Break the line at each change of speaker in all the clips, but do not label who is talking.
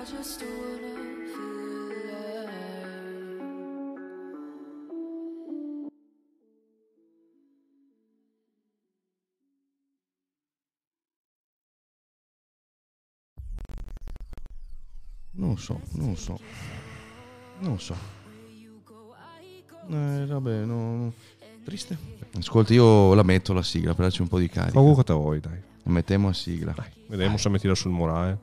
Non so. Vabbè, no. Triste. Ascolta, io la metto la sigla per darci un po' di carica.
Fa che te vuoi, dai.
La mettiamo a sigla.
Dai, vediamo se mi tira sul morale.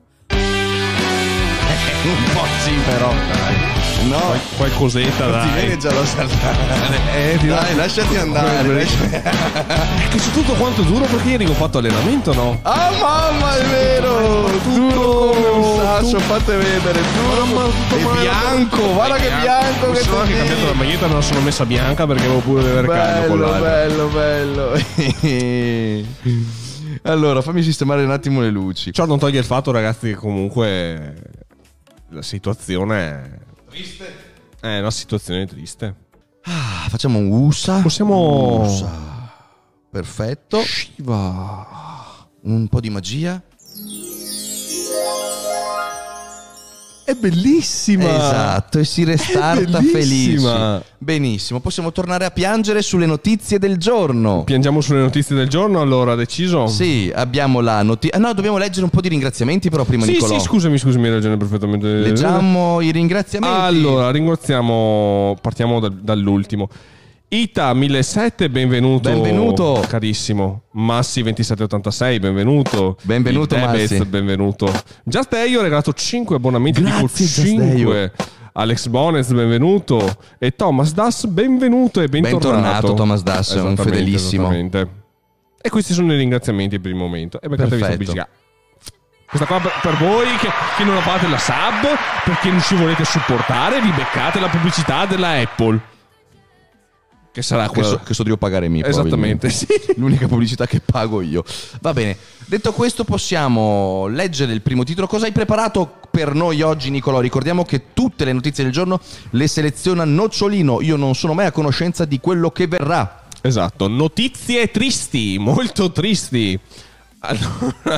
Un po' sì, però. Dai. No.
Qualcosetta, dai.
Ti viene già da saltare. Dai, lasciati andare.
Che su tutto quanto duro, perché ieri ho fatto allenamento, no?
Ah, mamma, è vero! Duro come un sasso, fate vedere. Duro e bianco, guarda che bianco che
sono anche cambiato la maglietta, me la sono messa bianca perché avevo pure di aver caldo con l'altro.
Bello. Allora, fammi sistemare un attimo le luci.
Ciò non toglie il fatto, ragazzi, che comunque la situazione è
triste.
È una situazione triste.
Facciamo un USA.
Possiamo.
USA. Perfetto.
Shiva.
Un po' di magia. È bellissima. Esatto, e si restarta felici. Benissimo, possiamo tornare a piangere sulle notizie del giorno.
Piangiamo sulle notizie del giorno, allora, deciso?
Sì, abbiamo la notizia. No, dobbiamo leggere un po' di ringraziamenti però prima, Nicolò.
Sì, scusami, hai ragione perfettamente.
Leggiamo i ringraziamenti.
Allora, ringraziamo, partiamo dall'ultimo. Ita 1007, benvenuto carissimo. Massi 2786, benvenuto
Massi,
benvenuto. Just Eio ha regalato 5 abbonamenti.
Grazie,
tipo 5. Alex Bones, benvenuto. E Thomas Das, benvenuto e bentornato
Thomas Das, un fedelissimo.
E questi sono i ringraziamenti per il momento. E
perfetto.
Questa qua per voi che non fate la sub, perché non ci volete supportare, vi beccate la pubblicità della Apple. Che sarà quello
che so devo pagare me.
Esattamente, sì.
L'unica pubblicità che pago io. Va bene. Detto questo, possiamo leggere il primo titolo. Cosa hai preparato per noi oggi, Nicolò? Ricordiamo che tutte le notizie del giorno le seleziona Nocciolino. Io non sono mai a conoscenza di quello che verrà.
Esatto. Notizie tristi, molto tristi. Allora,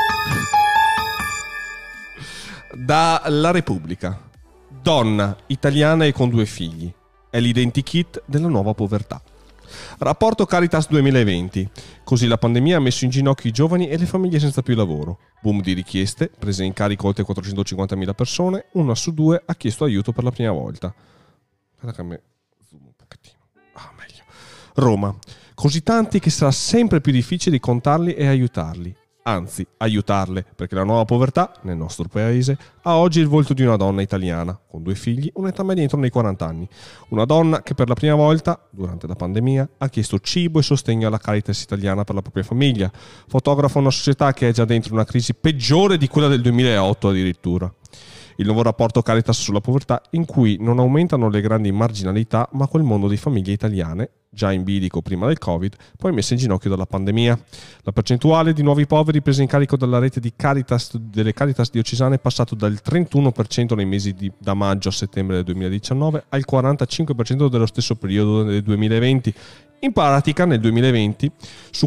dalla Repubblica. Donna italiana e con 2 figli. È l'identikit della nuova povertà. Rapporto Caritas 2020. Così la pandemia ha messo in ginocchio i giovani e le famiglie senza più lavoro. Boom di richieste, prese in carico oltre 450.000 persone, 1 su 2 ha chiesto aiuto per la prima volta. Guarda che me zoom un pochettino. Meglio. Roma. Così tanti che sarà sempre più difficile contarli e aiutarli. Anzi, aiutarle, perché la nuova povertà, nel nostro paese, ha oggi il volto di una donna italiana, con 2 figli, un'età media intorno ai 40 anni. Una donna che per la prima volta, durante la pandemia, ha chiesto cibo e sostegno alla Caritas italiana per la propria famiglia. Fotografa una società che è già dentro una crisi peggiore di quella del 2008 addirittura. Il nuovo rapporto Caritas sulla povertà, in cui non aumentano le grandi marginalità, ma quel mondo di famiglie italiane, già in bilico prima del Covid, poi messa in ginocchio dalla pandemia. La percentuale di nuovi poveri presa in carico dalla rete di Caritas, delle Caritas diocesane è passato dal 31% nei mesi da maggio a settembre del 2019 al 45% dello stesso periodo del 2020. In pratica, nel 2020, su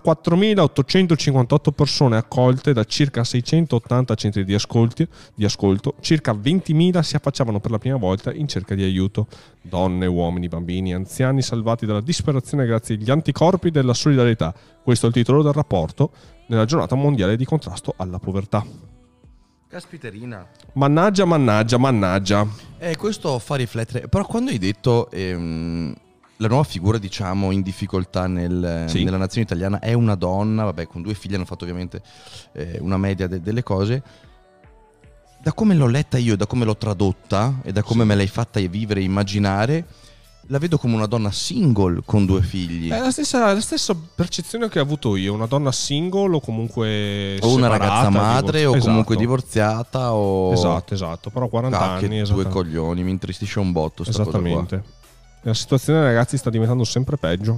44.858 persone accolte da circa 680 centri di ascolto, circa 20.000 si affacciavano per la prima volta in cerca di aiuto. Donne, uomini, bambini, anziani salvati dalla disperazione grazie agli anticorpi della solidarietà. Questo è il titolo del rapporto nella giornata mondiale di contrasto alla povertà.
Caspiterina.
Mannaggia.
Questo fa riflettere. Però quando hai detto... la nuova figura, diciamo, in difficoltà nella nazione italiana è una donna, vabbè, con 2 figli, hanno fatto ovviamente una media delle cose. Da come l'ho letta io, da come l'ho tradotta e da come me l'hai fatta vivere e immaginare, la vedo come una donna single con 2 figli.
È la stessa percezione che ho avuto io, una donna single o comunque
o una ragazza madre o comunque
esatto.
Divorziata o...
Esatto, però 40 anni.
2 coglioni, mi intristisce un botto sta cosa qua.
Esattamente. La situazione, ragazzi, sta diventando sempre peggio.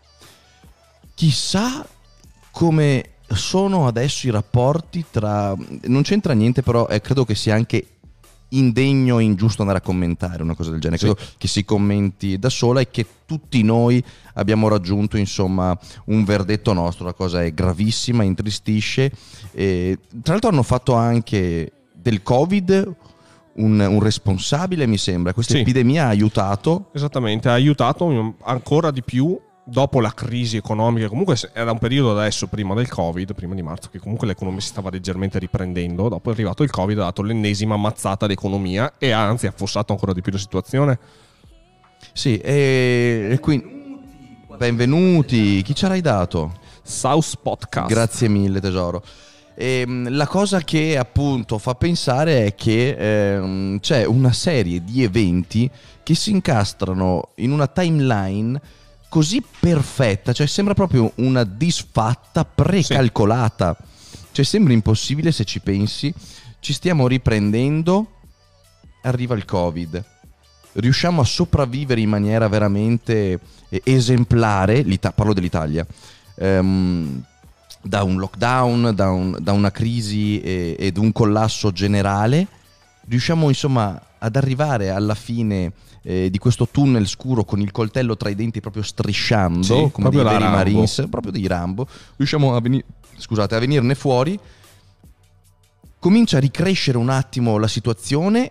Chissà come sono adesso i rapporti tra... Non c'entra niente, però credo che sia anche indegno e ingiusto andare a commentare una cosa del genere. Credo che si commenti da sola e che tutti noi abbiamo raggiunto, insomma, un verdetto nostro. La cosa è gravissima, intristisce. Tra l'altro hanno fatto anche del Covid un responsabile, mi sembra. Questa epidemia ha aiutato.
Esattamente, ha aiutato ancora di più dopo la crisi economica. Comunque era un periodo adesso, prima del Covid, prima di marzo, che comunque l'economia si stava leggermente riprendendo. Dopo è arrivato il Covid, ha dato l'ennesima mazzata all'economia e anzi ha affossato ancora di più la situazione.
Sì, e quindi benvenuti. Chi ce l'hai dato?
South Podcast.
Grazie mille, tesoro. La cosa che appunto fa pensare è che c'è una serie di eventi che si incastrano in una timeline così perfetta, cioè sembra proprio una disfatta precalcolata. Cioè sembra impossibile se ci pensi. Ci stiamo riprendendo, arriva il Covid, riusciamo a sopravvivere in maniera veramente esemplare, parlo dell'Italia, da un lockdown, da una crisi ed un collasso generale. Riusciamo insomma ad arrivare alla fine di questo tunnel scuro con il coltello tra i denti proprio strisciando, come dei veri Marines, proprio dei Rambo. Riusciamo a venirne fuori. Comincia a ricrescere un attimo la situazione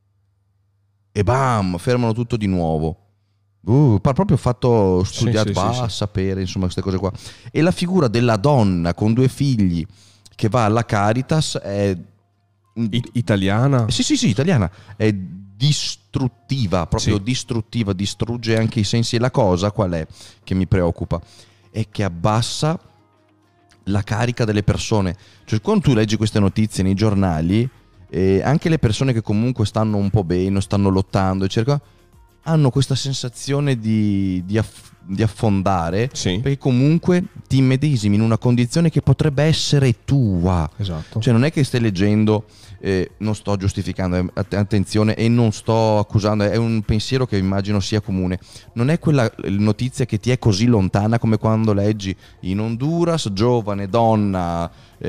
e bam, fermano tutto di nuovo. Proprio fatto, studiato, a sapere, insomma, queste cose qua. E la figura della donna con 2 figli che va alla Caritas è
italiana?
Sì, italiana. È distruttiva, proprio distruttiva, distrugge anche i sensi. E la cosa qual è che mi preoccupa? È che abbassa la carica delle persone. Cioè, quando tu leggi queste notizie nei giornali, anche le persone che comunque stanno un po' bene, stanno lottando, hanno questa sensazione di affondare, perché comunque ti immedesimi in una condizione che potrebbe essere tua.
Esatto.
Cioè non è che stai leggendo, non sto giustificando, attenzione, e non sto accusando, è un pensiero che immagino sia comune. Non è quella notizia che ti è così lontana come quando leggi in Honduras, giovane donna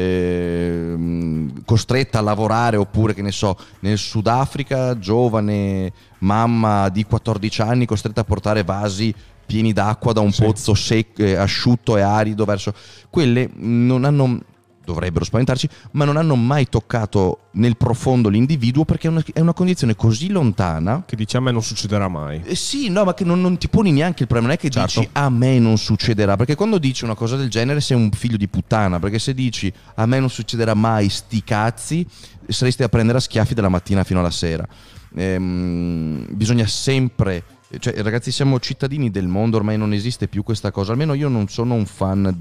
costretta a lavorare, oppure che ne so, nel Sudafrica, giovane mamma di 14 anni costretta a portare vasi pieni d'acqua da un pozzo asciutto e arido verso. Quelle dovrebbero spaventarci, ma non hanno mai toccato nel profondo l'individuo, perché è una condizione così lontana
che dici a me non succederà mai.
Ma che non ti poni neanche il problema, non è che dici a me non succederà, perché quando dici una cosa del genere sei un figlio di puttana, perché se dici a me non succederà mai, sti cazzi, saresti a prendere a schiaffi dalla mattina fino alla sera. Bisogna sempre, cioè ragazzi, siamo cittadini del mondo, ormai non esiste più questa cosa. Almeno io non sono un fan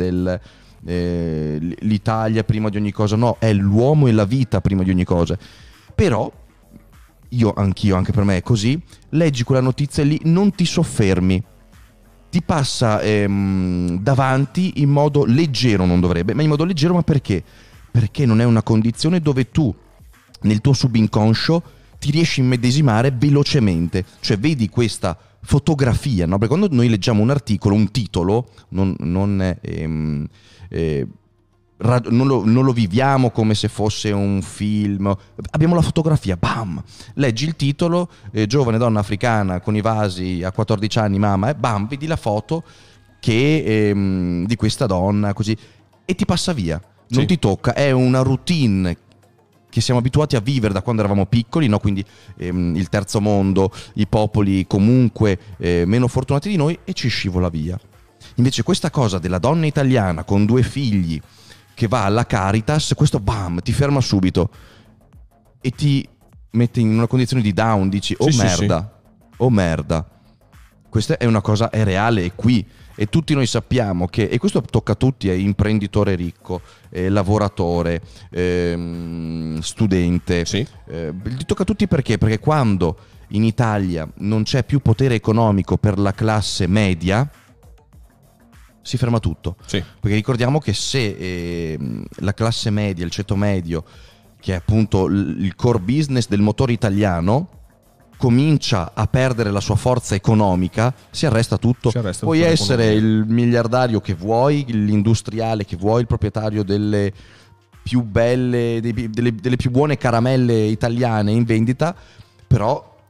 l'Italia prima di ogni cosa, no, è l'uomo e la vita prima di ogni cosa. Però anch'io, anche per me è così. Leggi quella notizia lì, non ti soffermi, ti passa davanti in modo leggero, non dovrebbe, ma in modo leggero. Ma perché? Perché non è una condizione dove tu nel tuo subinconscio ti riesci a immedesimare velocemente. Cioè vedi questa fotografia, no? Perché quando noi leggiamo un articolo, un titolo, non lo viviamo come se fosse un film. Abbiamo la fotografia, bam, leggi il titolo, giovane donna africana con i vasi a 14 anni, mamma, bam, vedi la foto di questa donna, così, e ti passa via, non ti tocca. È una routine che siamo abituati a vivere da quando eravamo piccoli, no? Quindi il terzo mondo, i popoli comunque meno fortunati di noi, e ci scivola via. Invece questa cosa della donna italiana con 2 figli che va alla Caritas, questo bam, ti ferma subito e ti mette in una condizione di down, dici oh merda, questa è una cosa, è reale, è qui. E tutti noi sappiamo che, e questo tocca a tutti, è imprenditore ricco, lavoratore, studente, li tocca a tutti. Perché? Perché quando in Italia non c'è più potere economico per la classe media, si ferma tutto. Perché ricordiamo che se la classe media, il ceto medio, che è appunto il core business del motore italiano, comincia a perdere la sua forza economica, si arresta tutto. Puoi essere il miliardario che vuoi, l'industriale che vuoi, il proprietario delle più belle, delle più buone caramelle italiane in vendita, però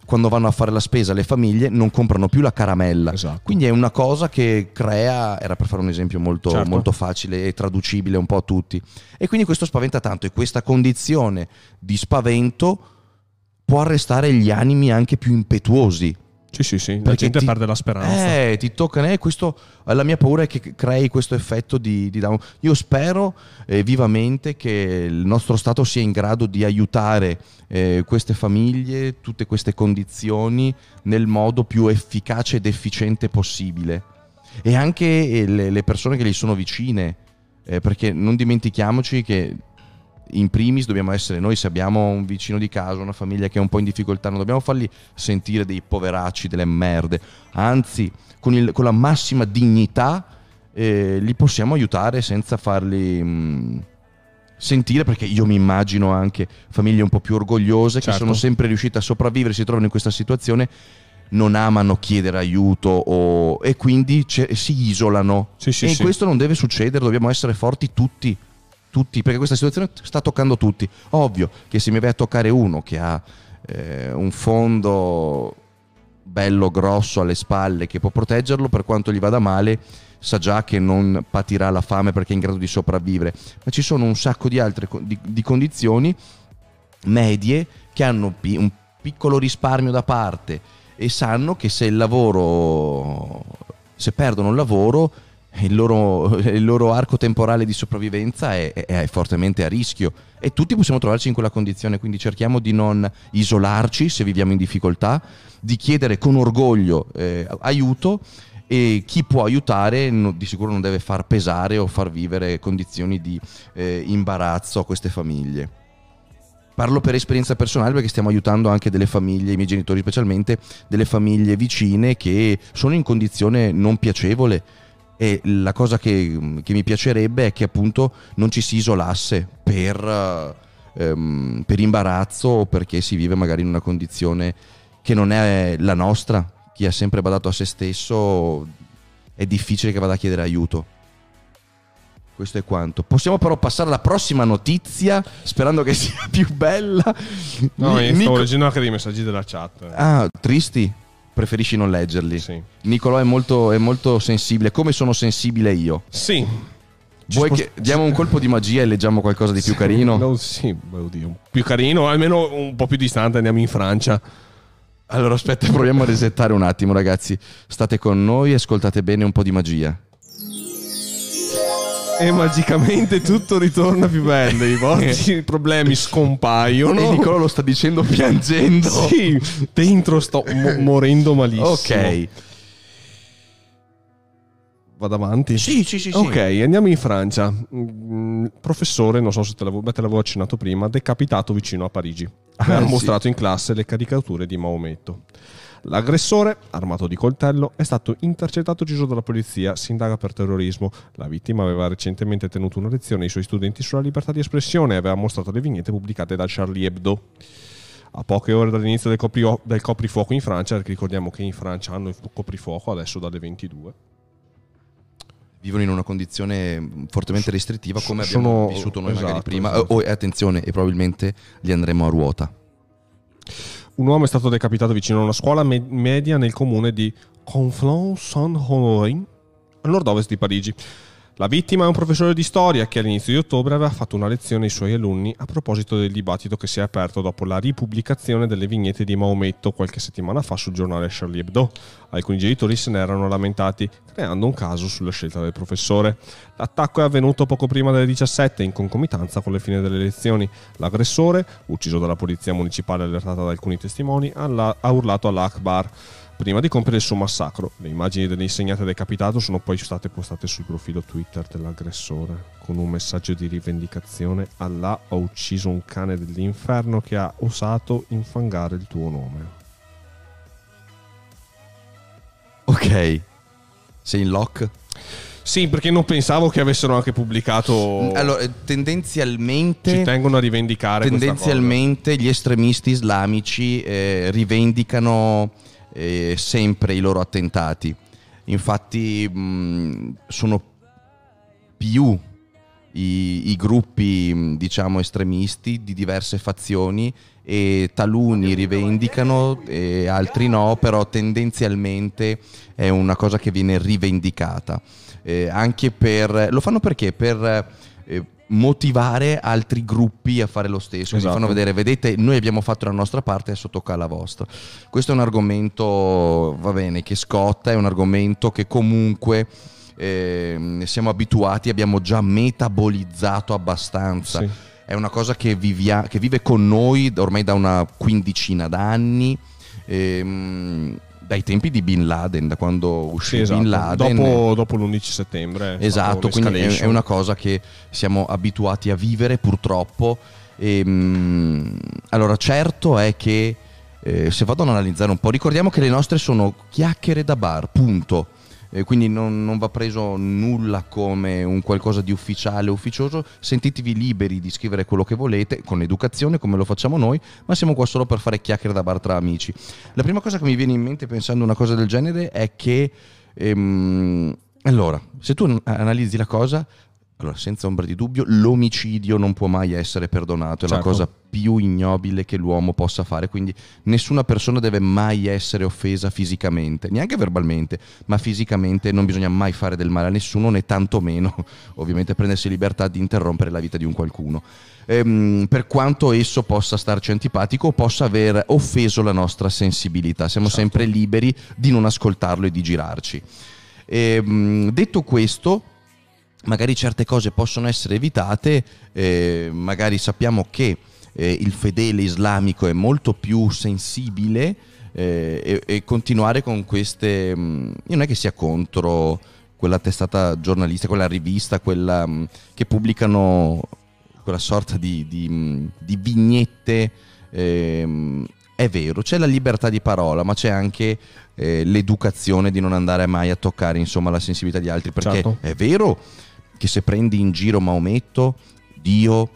quando vanno a fare la spesa le famiglie non comprano più la caramella.
Esatto.
Quindi è una cosa che crea, era per fare un esempio molto,
Certo.
molto facile e traducibile un po' a tutti, e quindi questo spaventa tanto, e questa condizione di spavento può arrestare gli animi anche più impetuosi.
Sì, la gente perde la speranza.
Ti toccano, la mia paura è che crei questo effetto di down. Io spero vivamente che il nostro Stato sia in grado di aiutare queste famiglie, tutte queste condizioni, nel modo più efficace ed efficiente possibile, e anche le persone che gli sono vicine, perché non dimentichiamoci che in primis dobbiamo essere noi, se abbiamo un vicino di casa, una famiglia che è un po' in difficoltà, non dobbiamo farli sentire dei poveracci, delle merde, anzi con la massima dignità li possiamo aiutare senza farli sentire, perché io mi immagino anche famiglie un po' più orgogliose,
certo,
che sono sempre riuscite a sopravvivere, si trovano in questa situazione, non amano chiedere aiuto e quindi si isolano.
Sì.
Questo non deve succedere, dobbiamo essere forti tutti, perché questa situazione sta toccando tutti. Ovvio che se mi vai a toccare uno che ha un fondo bello grosso alle spalle che può proteggerlo, per quanto gli vada male sa già che non patirà la fame perché è in grado di sopravvivere, ma ci sono un sacco di altre di condizioni medie che hanno un piccolo risparmio da parte e sanno che se perdono il lavoro, il loro arco temporale di sopravvivenza è fortemente a rischio, e tutti possiamo trovarci in quella condizione. Quindi cerchiamo di non isolarci se viviamo in difficoltà, di chiedere con orgoglio aiuto, e chi può aiutare di sicuro non deve far pesare o far vivere condizioni di imbarazzo a queste famiglie. Parlo per esperienza personale, perché stiamo aiutando anche delle famiglie, i miei genitori specialmente, delle famiglie vicine che sono in condizione non piacevole. E la cosa che mi piacerebbe è che appunto non ci si isolasse per imbarazzo, o perché si vive magari in una condizione che non è la nostra. Chi ha sempre badato a se stesso è difficile che vada a chiedere aiuto. Questo è quanto. Possiamo però passare alla prossima notizia, sperando che sia più bella.
No, stavo leggendo anche dei messaggi della chat.
Ah, tristi? Preferisci non leggerli?
Sì.
Nicolò è molto sensibile, come sono sensibile io.
Sì.
Vuoi che diamo un colpo di magia e leggiamo qualcosa di più carino?
No, sì, oddio. Più carino, almeno un po' più distante, andiamo in Francia.
Allora aspetta, proviamo a resettare un attimo, ragazzi. State con noi e ascoltate bene un po' di magia.
E magicamente tutto ritorna più bello, i vostri problemi scompaiono.
E Nicolò lo sta dicendo piangendo.
Sì, dentro sto morendo malissimo.
Ok.
Vado avanti?
Sì.
Ok, andiamo in Francia. Professore, non so se te l'avevo accennato prima, decapitato vicino a Parigi. Ha mostrato in classe le caricature di Maometto. L'aggressore, armato di coltello, è stato intercettato e ucciso dalla polizia. Si indaga per terrorismo. La vittima aveva recentemente tenuto una lezione ai suoi studenti sulla libertà di espressione e aveva mostrato le vignette pubblicate da Charlie Hebdo. A poche ore dall'inizio del coprifuoco in Francia, perché ricordiamo che in Francia hanno il coprifuoco adesso dalle 22.
Vivono in una condizione fortemente restrittiva, come abbiamo vissuto noi magari prima.
Esatto.
Attenzione, e probabilmente li andremo a ruota.
Un uomo è stato decapitato vicino a una scuola media nel comune di Conflans-Saint-Honoré, al nord-ovest di Parigi. La vittima è un professore di storia che all'inizio di ottobre aveva fatto una lezione ai suoi alunni a proposito del dibattito che si è aperto dopo la ripubblicazione delle vignette di Maometto qualche settimana fa sul giornale Charlie Hebdo. Alcuni genitori se ne erano lamentati, creando un caso sulla scelta del professore. L'attacco è avvenuto poco prima delle 17, in concomitanza con le fine delle lezioni. L'aggressore, ucciso dalla polizia municipale allertata da alcuni testimoni, ha urlato Allah Akbar prima di compiere il suo massacro. Le immagini dell'insegnante decapitato sono poi state postate sul profilo Twitter dell'aggressore con un messaggio di rivendicazione: Allah ha ucciso un cane dell'inferno che ha osato infangare il tuo nome.
Ok, sei in lock?
Sì, perché non pensavo che avessero anche pubblicato.
Allora, tendenzialmente
ci tengono a rivendicare
tendenzialmente gli estremisti islamici rivendicano sempre i loro attentati. Infatti sono più i gruppi, diciamo, estremisti di diverse fazioni, e taluni rivendicano e altri no, però tendenzialmente è una cosa che viene rivendicata. Anche lo fanno perché? Per motivare altri gruppi a fare lo stesso. Esatto. Fanno vedere, vedete, noi abbiamo fatto la nostra parte, adesso tocca alla vostra. Questo è un argomento, va bene, che scotta, è un argomento che comunque siamo abituati, abbiamo già metabolizzato abbastanza. Sì. È una cosa che vive con noi ormai da una quindicina d'anni, dai tempi di Bin Laden, da quando uscì, sì, esatto, Bin Laden,
dopo l'11 settembre.
Esatto, quindi è una cosa che siamo abituati a vivere, purtroppo. Allora, certo è che se vado ad analizzare un po', ricordiamo che le nostre sono chiacchiere da bar, punto. Quindi non va preso nulla come un qualcosa di ufficiale o ufficioso. Sentitevi liberi di scrivere quello che volete, con educazione, come lo facciamo noi, ma siamo qua solo per fare chiacchiere da bar tra amici. La prima cosa che mi viene in mente pensando una cosa del genere è che allora, se tu analizzi la cosa, allora, senza ombra di dubbio, l'omicidio non può mai essere perdonato, è certo, la cosa più ignobile che l'uomo possa fare, quindi nessuna persona deve mai essere offesa fisicamente, neanche verbalmente, ma fisicamente non bisogna mai fare del male a nessuno, né tantomeno ovviamente prendersi libertà di interrompere la vita di un qualcuno, per quanto esso possa starci antipatico o possa aver offeso la nostra sensibilità. Siamo certo, sempre liberi di non ascoltarlo e di girarci. Detto questo, magari certe cose possono essere evitate, magari sappiamo che il fedele islamico è molto più sensibile, e continuare con queste... Io non è che sia contro quella testata giornalista, quella rivista, quella che pubblicano quella sorta di vignette, è vero, c'è la libertà di parola, ma c'è anche l'educazione di non andare mai a toccare, insomma, la sensibilità di altri, perché certo, è vero che se prendi in giro Maometto, Dio,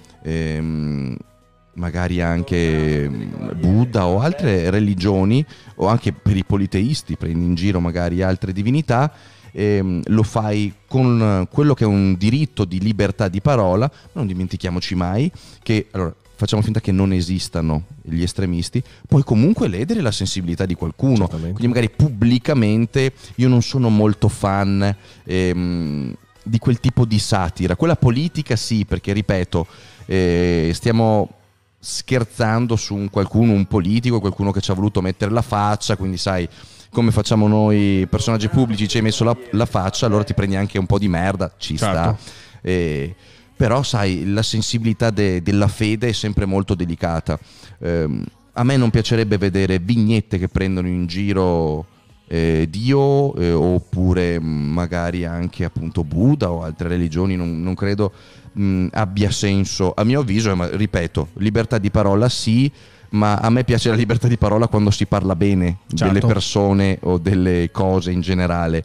magari anche Buddha o altre religioni, o anche per i politeisti prendi in giro magari altre divinità, lo fai con quello che è un diritto di libertà di parola, ma non dimentichiamoci mai che, allora, facciamo finta che non esistano gli estremisti, puoi comunque ledere la sensibilità di qualcuno. Quindi magari pubblicamente io non sono molto fan di quel tipo di satira. Quella politica sì, perché ripeto, stiamo scherzando su un politico, qualcuno che ci ha voluto mettere la faccia, quindi sai, come facciamo noi personaggi pubblici, ci hai messo la faccia, allora ti prendi anche un po' di merda, ci certo, sta. Però sai, la sensibilità della fede è sempre molto delicata. A me non piacerebbe vedere vignette che prendono in giro Dio, oppure magari anche appunto Buddha o altre religioni. Non credo abbia senso, a mio avviso, ma ripeto, libertà di parola sì, ma a me piace la libertà di parola quando si parla bene, certo, delle persone o delle cose in generale.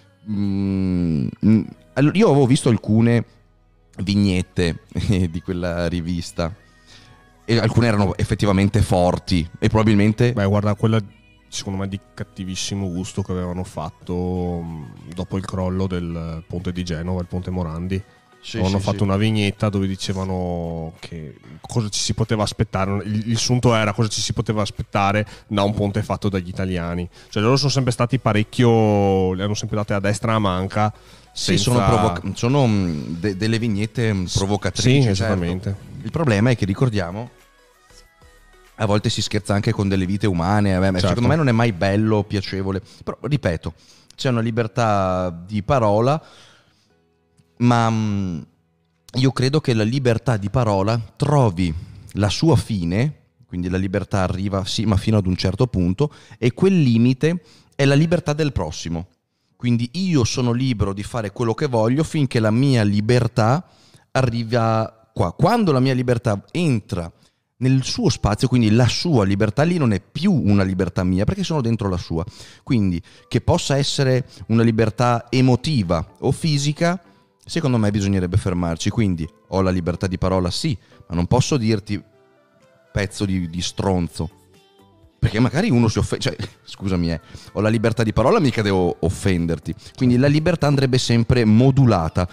Allora, io avevo visto alcune vignette di quella rivista e alcune erano effettivamente forti e probabilmente...
Beh, guarda, quella secondo me di cattivissimo gusto che avevano fatto dopo il crollo del ponte di Genova, il ponte Morandi. Hanno fatto una vignetta dove dicevano che cosa ci si poteva aspettare, il sunto era cosa ci si poteva aspettare da un ponte fatto dagli italiani. Cioè loro sono sempre stati parecchio, le hanno sempre date a destra a manca. Senza...
Sì, sono delle vignette provocatrici.
Sì, esattamente.
Certo. Il problema è che, ricordiamo, a volte si scherza anche con delle vite umane. Certo. Secondo me non è mai bello, piacevole. Però, ripeto, c'è una libertà di parola, ma io credo che la libertà di parola trovi la sua fine, quindi la libertà arriva, sì, ma fino ad un certo punto, e quel limite è la libertà del prossimo. Quindi io sono libero di fare quello che voglio finché la mia libertà arriva qua. Quando la mia libertà entra nel suo spazio, quindi la sua libertà, lì non è più una libertà mia, perché sono dentro la sua. Quindi che possa essere una libertà emotiva o fisica, secondo me bisognerebbe fermarci. Quindi ho la libertà di parola, sì, ma non posso dirti pezzo di stronzo, perché magari uno si offende. Cioè, scusami, ho la libertà di parola, mica devo offenderti. Quindi la libertà andrebbe sempre modulata.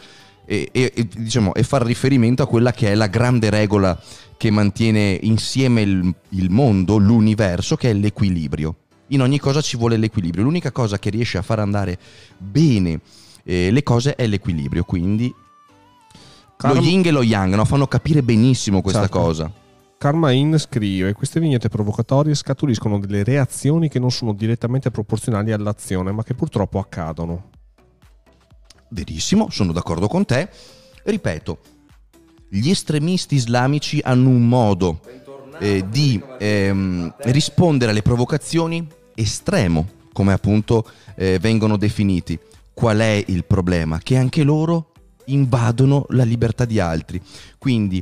diciamo, e far riferimento a quella che è la grande regola che mantiene insieme il mondo, l'universo, che è l'equilibrio. In ogni cosa ci vuole l'equilibrio. L'unica cosa che riesce a far andare bene le cose è l'equilibrio. Quindi lo yin e lo yang, no? Fanno capire benissimo questa cosa.
Karma In scrive: queste vignette provocatorie scaturiscono delle reazioni che non sono direttamente proporzionali all'azione, ma che purtroppo accadono.
Verissimo, sono d'accordo con te. Ripeto, gli estremisti islamici hanno un modo di rispondere alle provocazioni estremo, come appunto vengono definiti. Qual è il problema? Che anche loro invadono la libertà di altri. Quindi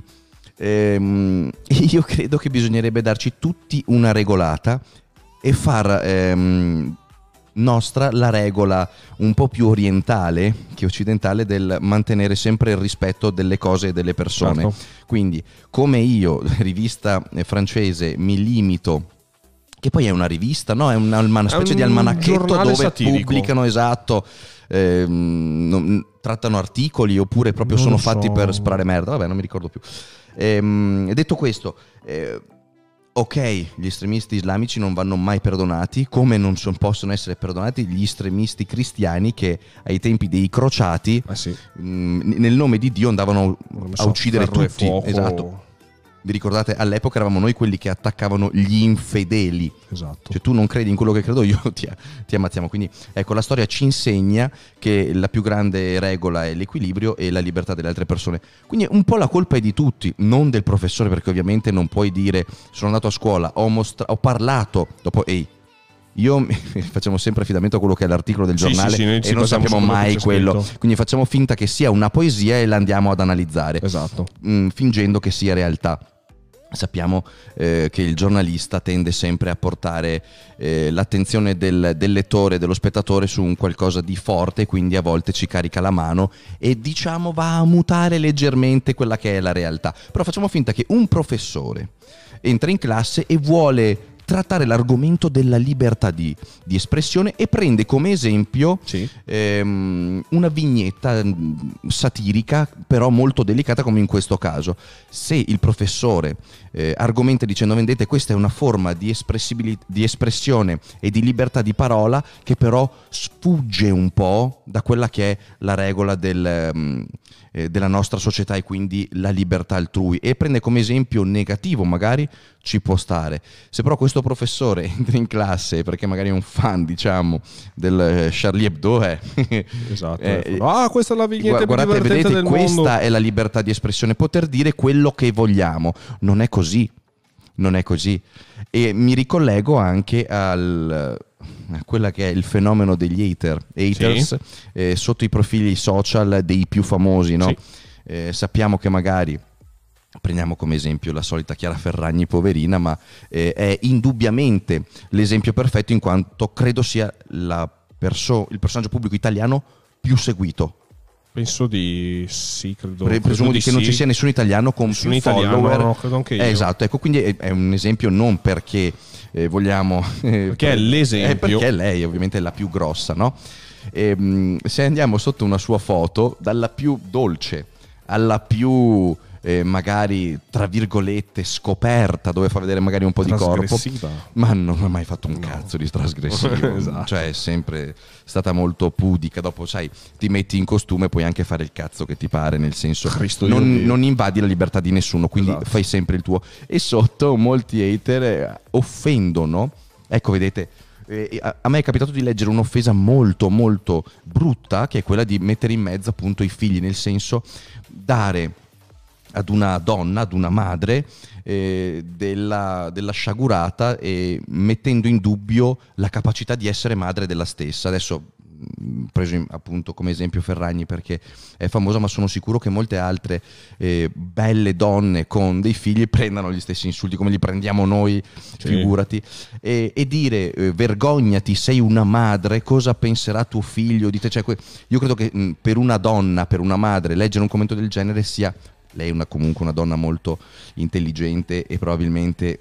io credo che bisognerebbe darci tutti una regolata e far nostra la regola un po' più orientale che occidentale del mantenere sempre il rispetto delle cose e delle persone. Certo. Quindi, come io, rivista francese, mi limito, che poi è una rivista, no? È una specie di almanacchetto dove satirico. Pubblicano, esatto, trattano articoli oppure proprio sono fatti per sparare merda, vabbè, non mi ricordo più. Detto questo, ok, gli estremisti islamici non vanno mai perdonati, come non possono essere perdonati gli estremisti cristiani che ai tempi dei crociati nel nome di Dio andavano a uccidere tutti. Esatto. Vi ricordate? All'epoca eravamo noi quelli che attaccavano gli infedeli. Esatto. Cioè, tu non credi in quello che credo io, ti ammazziamo. Quindi ecco, la storia ci insegna che la più grande regola è l'equilibrio e la libertà delle altre persone. Quindi un po' la colpa è di tutti, non del professore, perché ovviamente non puoi dire sono andato a scuola, ho parlato, dopo io facciamo sempre affidamento a quello che è l'articolo del giornale e non sappiamo mai quello, quindi facciamo finta che sia una poesia e la andiamo ad analizzare, esatto, fingendo che sia realtà. Sappiamo che il giornalista tende sempre a portare l'attenzione del lettore, dello spettatore su un qualcosa di forte, quindi a volte ci carica la mano e diciamo va a mutare leggermente quella che è la realtà. Però facciamo finta che un professore entra in classe e vuole trattare l'argomento della libertà di espressione e prende come esempio una vignetta satirica però molto delicata, come in questo caso. Se il professore argomenta dicendo vedete questa è una forma di espressione e di libertà di parola che però sfugge un po' da quella che è la regola della nostra società e quindi la libertà altrui, e prende come esempio negativo, magari ci può stare. Se però questo professore entra in classe perché magari è un fan, diciamo, del Charlie Hebdo,
esatto, questa è la vignetta più
guardate,
divertente
vedete,
del
questa
mondo.
è la libertà di espressione, poter dire quello che vogliamo. Non è così. E mi ricollego anche a quella che è il fenomeno degli haters sotto i profili social dei più famosi, no? Sappiamo che magari prendiamo come esempio la solita Chiara Ferragni, poverina, ma è indubbiamente l'esempio perfetto, in quanto credo sia il personaggio pubblico italiano più seguito.
Penso di sì, credo.
Presumo che non ci sia nessun italiano con più follower.
No, credo anche io.
Esatto, ecco, quindi è un esempio non perché vogliamo...
perché è l'esempio.
Perché lei ovviamente è la più grossa, no? Se andiamo sotto una sua foto, dalla più dolce alla più... magari tra virgolette scoperta, dove fa vedere magari un po' di corpo, ma non ha mai fatto un cazzo di trasgressivo. Esatto. Cioè è sempre stata molto pudica. Dopo sai, ti metti in costume, puoi anche fare il cazzo che ti pare, nel senso non invadi la libertà di nessuno, quindi esatto, fai sempre il tuo. E sotto molti hater offendono, ecco, vedete, a me è capitato di leggere un'offesa molto molto brutta, che è quella di mettere in mezzo appunto i figli, nel senso dare ad una donna, ad una madre della sciagurata, mettendo in dubbio la capacità di essere madre della stessa. Adesso preso appunto come esempio Ferragni perché è famosa, ma sono sicuro che molte altre belle donne con dei figli prendano gli stessi insulti come li prendiamo noi, figurati, e dire vergognati, sei una madre, cosa penserà tuo figlio di te? Cioè, io credo che per una donna, per una madre, leggere un commento del genere sia... Lei è comunque una donna molto intelligente e probabilmente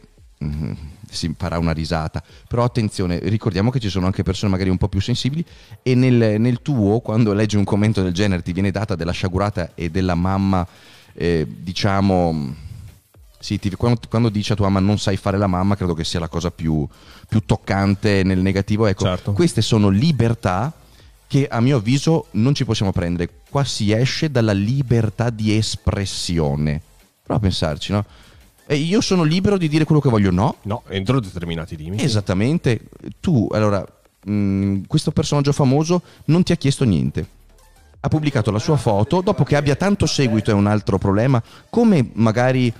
si farà una risata, però attenzione, ricordiamo che ci sono anche persone magari un po' più sensibili, e nel tuo, quando leggi un commento del genere, ti viene data della sciagurata e della mamma, diciamo, sì, quando dice a tua mamma non sai fare la mamma, credo che sia la cosa più toccante nel negativo. Ecco,
certo.
Queste sono libertà che a mio avviso non ci possiamo prendere. Qua si esce dalla libertà di espressione. Prova a pensarci, no? E io sono libero di dire quello che voglio, no?
No, entro determinati limiti.
Esattamente. Tu, allora, questo personaggio famoso non ti ha chiesto niente. Ha pubblicato la sua foto, dopo che abbia tanto seguito è un altro problema, come magari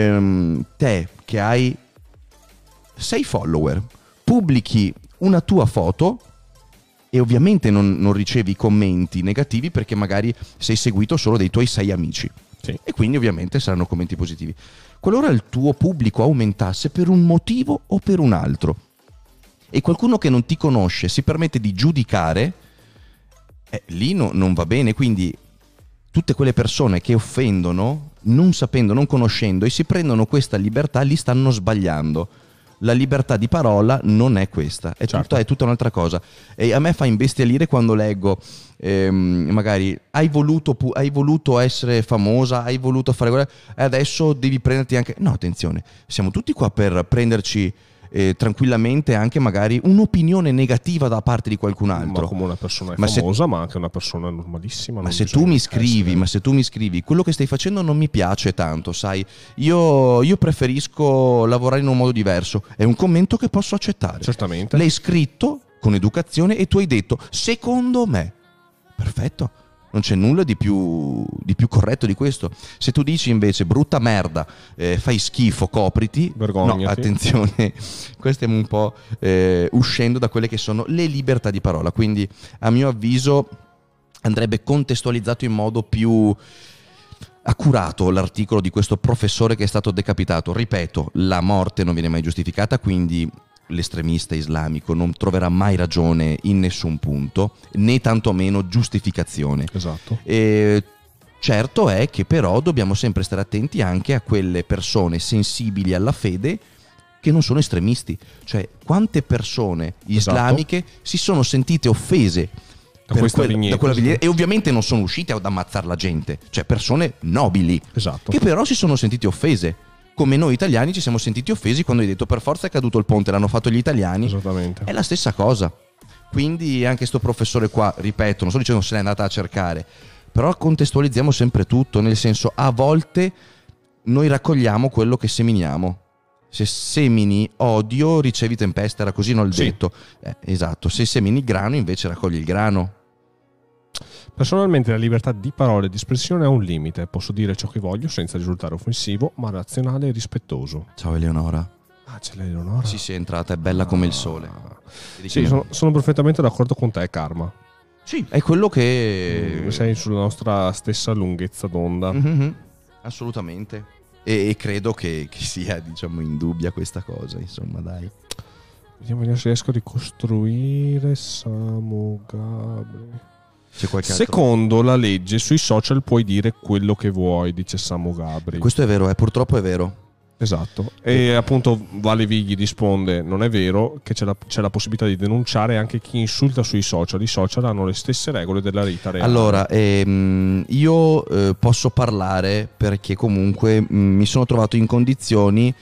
te che hai 6 follower, pubblichi una tua foto e ovviamente non ricevi commenti negativi perché magari sei seguito solo dai tuoi 6 amici.
Sì.
E quindi ovviamente saranno commenti positivi. Qualora il tuo pubblico aumentasse per un motivo o per un altro e qualcuno che non ti conosce si permette di giudicare, lì non va bene. Quindi tutte quelle persone che offendono non sapendo, non conoscendo, e si prendono questa libertà, li stanno sbagliando. La libertà di parola non è questa,
Certo.
è tutta un'altra cosa. E a me fa imbestialire quando leggo magari hai voluto essere famosa, hai voluto fare quello, e adesso devi prenderti anche... No, attenzione, siamo tutti qua per prenderci tranquillamente anche magari un'opinione negativa da parte di qualcun altro.
Ma come una persona è famosa, ma anche una persona normalissima.
Ma se tu mi scrivi, quello che stai facendo non mi piace tanto, sai, io preferisco lavorare in un modo diverso, è un commento che posso accettare.
Certamente.
L'hai scritto con educazione e tu hai detto secondo me. Perfetto. Non c'è nulla di più corretto di questo. Se tu dici invece brutta merda, fai schifo, copriti,
vergognati.
No, attenzione, questo è un po' uscendo da quelle che sono le libertà di parola. Quindi a mio avviso andrebbe contestualizzato in modo più accurato l'articolo di questo professore che è stato decapitato. Ripeto, la morte non viene mai giustificata, quindi l'estremista islamico non troverà mai ragione in nessun punto, né tantomeno giustificazione.
Esatto.
Certo è che però dobbiamo sempre stare attenti anche a quelle persone sensibili alla fede che non sono estremisti. Cioè, quante persone islamiche si sono sentite offese da quella vignetta, e ovviamente non sono uscite ad ammazzare la gente, cioè persone nobili,
esatto,
che però si sono sentite offese. Come noi italiani ci siamo sentiti offesi quando hai detto per forza è caduto il ponte, l'hanno fatto gli italiani.
Esattamente.
È la stessa cosa. Quindi anche sto professore qua, ripeto, non sto dicendo se l'è andata a cercare, però contestualizziamo sempre tutto, nel senso, a volte noi raccogliamo quello che seminiamo. Se semini odio ricevi tempesta, era così, non il detto? Esatto, se semini il grano invece raccogli il grano.
Personalmente la libertà di parola e di espressione ha un limite. Posso dire ciò che voglio senza risultare offensivo, ma razionale e rispettoso.
Ciao Eleonora.
Ah, c'è l'Eleonora?
Sì, è entrata, è bella come il sole.
Sì, sono perfettamente d'accordo con te, Karma.
Sì, è quello che...
Sei sulla nostra stessa lunghezza d'onda.
Mm-hmm. Assolutamente. E credo che sia, diciamo, indubbia questa cosa, insomma, dai.
Vediamo se riesco a ricostruire Samu Gabri.
C'è qualche altro?
Secondo la legge sui social puoi dire quello che vuoi, dice Samu Gabri.
Questo è vero, purtroppo è vero.
Esatto. E appunto Vale Vigli risponde: non è vero, che c'è la possibilità di denunciare anche chi insulta sui social. I social hanno le stesse regole della vita reale.
Allora, io posso parlare perché comunque mi sono trovato in condizioni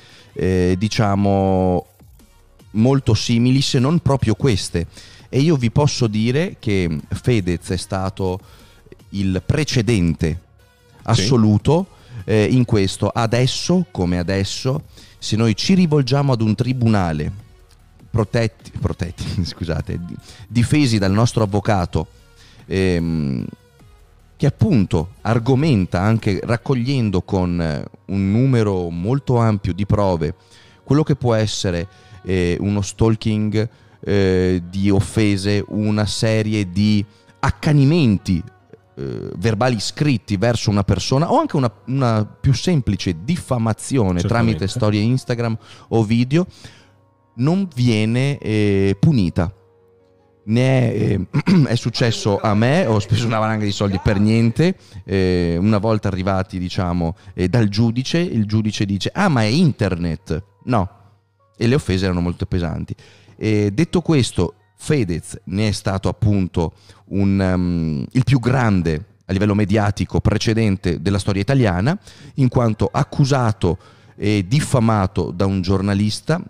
diciamo molto simili, se non proprio queste. E io vi posso dire che Fedez è stato il precedente assoluto, sì, in questo. Adesso, come adesso, se noi ci rivolgiamo ad un tribunale protetti scusate, difesi dal nostro avvocato, che appunto argomenta, anche raccogliendo con un numero molto ampio di prove, quello che può essere uno stalking, di offese, una serie di accanimenti verbali scritti verso una persona, o anche una più semplice diffamazione tramite storie Instagram o video, non viene punita. È successo a me, ho speso una valanga di soldi per niente. Una volta arrivati, diciamo, dal giudice, il giudice dice: ah, ma è internet. No, e le offese erano molto pesanti. Detto questo, Fedez ne è stato appunto il più grande a livello mediatico precedente della storia italiana, in quanto accusato e diffamato da una giornalista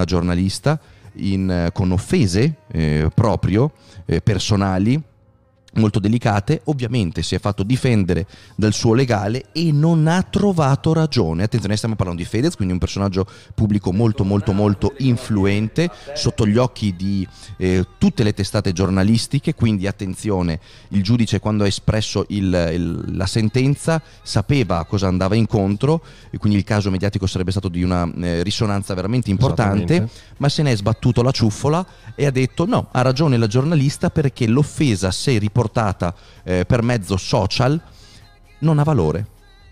con offese proprio personali molto delicate. Ovviamente si è fatto difendere dal suo legale e non ha trovato ragione. Attenzione, stiamo parlando di Fedez, quindi un personaggio pubblico molto molto molto influente sotto gli occhi di tutte le testate giornalistiche. Quindi attenzione, il giudice quando ha espresso la sentenza sapeva a cosa andava incontro, e quindi il caso mediatico sarebbe stato di una risonanza veramente importante, ma se ne è sbattuto la ciuffola e ha detto no, ha ragione la giornalista, perché l'offesa, se riportata per mezzo social, non ha valore.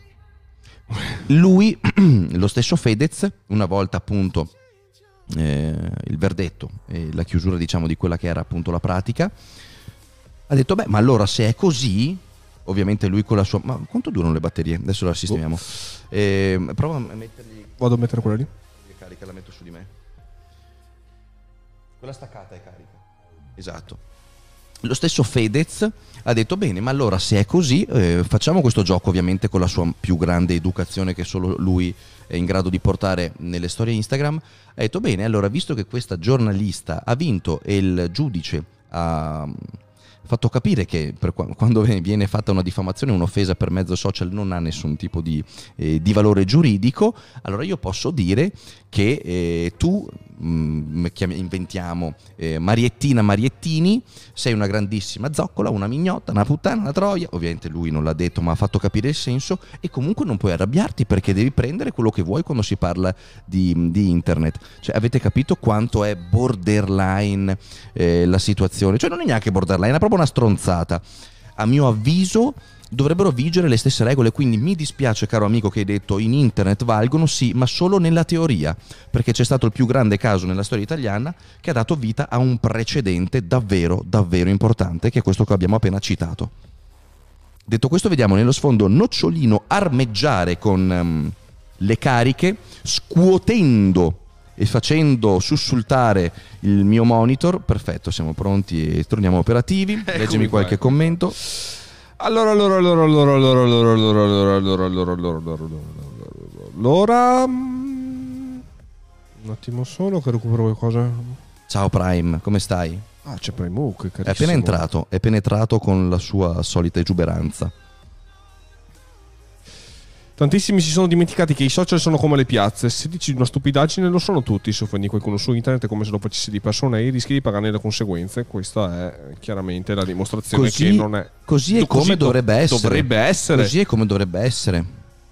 Lui, lo stesso Fedez, una volta appunto il verdetto e la chiusura, diciamo, di quella che era appunto la pratica, ha detto beh, ma allora se è così, ovviamente lui con la sua... Ma quanto durano le batterie? Adesso la sistemiamo. Prova a mettergli...
Vado a mettere quella lì?
Carica, la metto su di me. Quella staccata è carica. Esatto. Lo stesso Fedez ha detto bene, ma allora se è così facciamo questo gioco, ovviamente con la sua più grande educazione che solo lui è in grado di portare nelle storie Instagram. Ha detto bene, allora visto che questa giornalista ha vinto e il giudice ha fatto capire che quando viene fatta una diffamazione, un'offesa per mezzo social non ha nessun tipo di valore giuridico, allora io posso dire che tu, inventiamo Mariettina Mariettini, sei una grandissima zoccola, una mignotta, una puttana, una troia. Ovviamente lui non l'ha detto, ma ha fatto capire il senso, e comunque non puoi arrabbiarti perché devi prendere quello che vuoi quando si parla di internet. Cioè, avete capito quanto è borderline la situazione? Cioè non è neanche borderline, è proprio una stronzata. A mio avviso dovrebbero vigere le stesse regole, quindi mi dispiace, caro amico, che hai detto in internet valgono, sì, ma solo nella teoria, perché c'è stato il più grande caso nella storia italiana che ha dato vita a un precedente davvero davvero importante, che è questo che abbiamo appena citato. Detto questo, vediamo nello sfondo Nocciolino armeggiare con le cariche, scuotendo e facendo sussultare il mio monitor. Perfetto, siamo pronti e torniamo operativi. Leggimi qualche commento.
Allora, un attimo solo che recupero qualcosa.
Ciao Prime, come stai?
Ah, c'è Prime Hook,
è penetrato con la sua solita esuberanza.
Tantissimi si sono dimenticati che i social sono come le piazze. Se dici una stupidaggine lo sono tutti. Se offendi qualcuno su internet è come se lo facessi di persona e rischi di pagarne le conseguenze. Questa è chiaramente la dimostrazione che non è
così. È come dovrebbe essere. Così è come dovrebbe essere.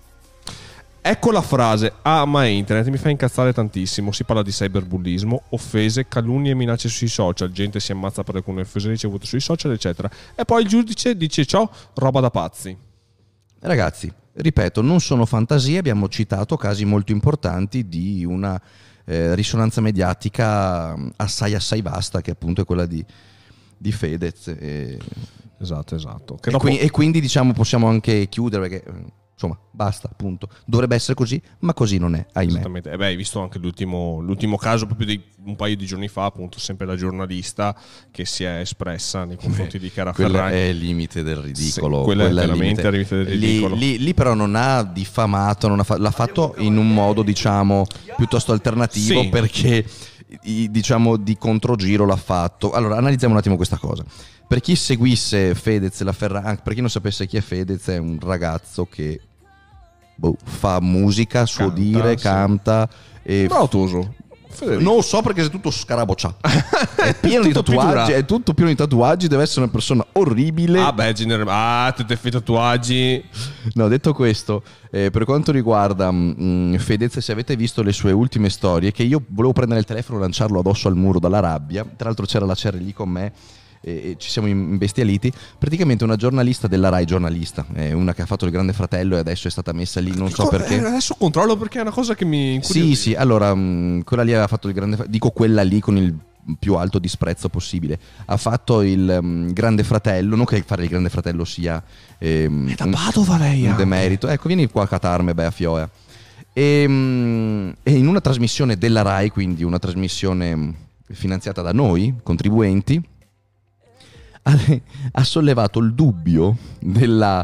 Ecco la frase: ah, ma internet mi fa incazzare tantissimo. Si parla di cyberbullismo, offese, calunnie e minacce sui social. Gente si ammazza per alcune offese ricevute sui social, eccetera. E poi il giudice dice ciò, roba da pazzi.
Ragazzi, ripeto, non sono fantasie, abbiamo citato casi molto importanti di una risonanza mediatica assai vasta, che appunto è quella di Fedez.
Esatto.
E quindi diciamo possiamo anche chiudere, perché insomma basta, appunto. Dovrebbe essere così, ma così non è, ahimè.
Esattamente. Hai visto anche l'ultimo caso proprio di un paio di giorni fa, appunto, sempre la giornalista che si è espressa nei confronti di Chiara Ferragni.
Quella è il limite del ridicolo.
Sì, quella è veramente il limite del ridicolo.
Lì però non ha diffamato, l'ha fatto in un modo, diciamo, piuttosto alternativo, sì, perché diciamo di controgiro l'ha fatto. Allora, analizziamo un attimo questa cosa. Per chi seguisse Fedez, la Ferragni, per chi non sapesse chi è Fedez, è un ragazzo che fa musica, suo dire, canta.
Brautoso.
Non lo so, perché sei tutto scarabocciato. È pieno di tatuaggi, è tutto pieno di tatuaggi, deve essere una persona orribile.
Tutti i tatuaggi.
No, detto questo, per quanto riguarda Fedez, se avete visto le sue ultime storie, che io volevo prendere il telefono e lanciarlo addosso al muro dalla rabbia. Tra l'altro c'era la Cherry lì con me e ci siamo imbestialiti. Praticamente una giornalista della Rai, una che ha fatto il Grande Fratello e adesso è stata messa lì, non so perché.
Adesso controllo, perché è una cosa che mi incuriosisce.
Sì, allora quella lì aveva fatto il Grande Fratello, dico quella lì con il più alto disprezzo possibile, ha fatto il Grande Fratello, non che fare il Grande Fratello sia
è da Padova lei,
un demerito. Ecco, vieni qua a catarme, a Fioia. E in una trasmissione della Rai, quindi una trasmissione finanziata da noi, contribuenti, ha sollevato il dubbio del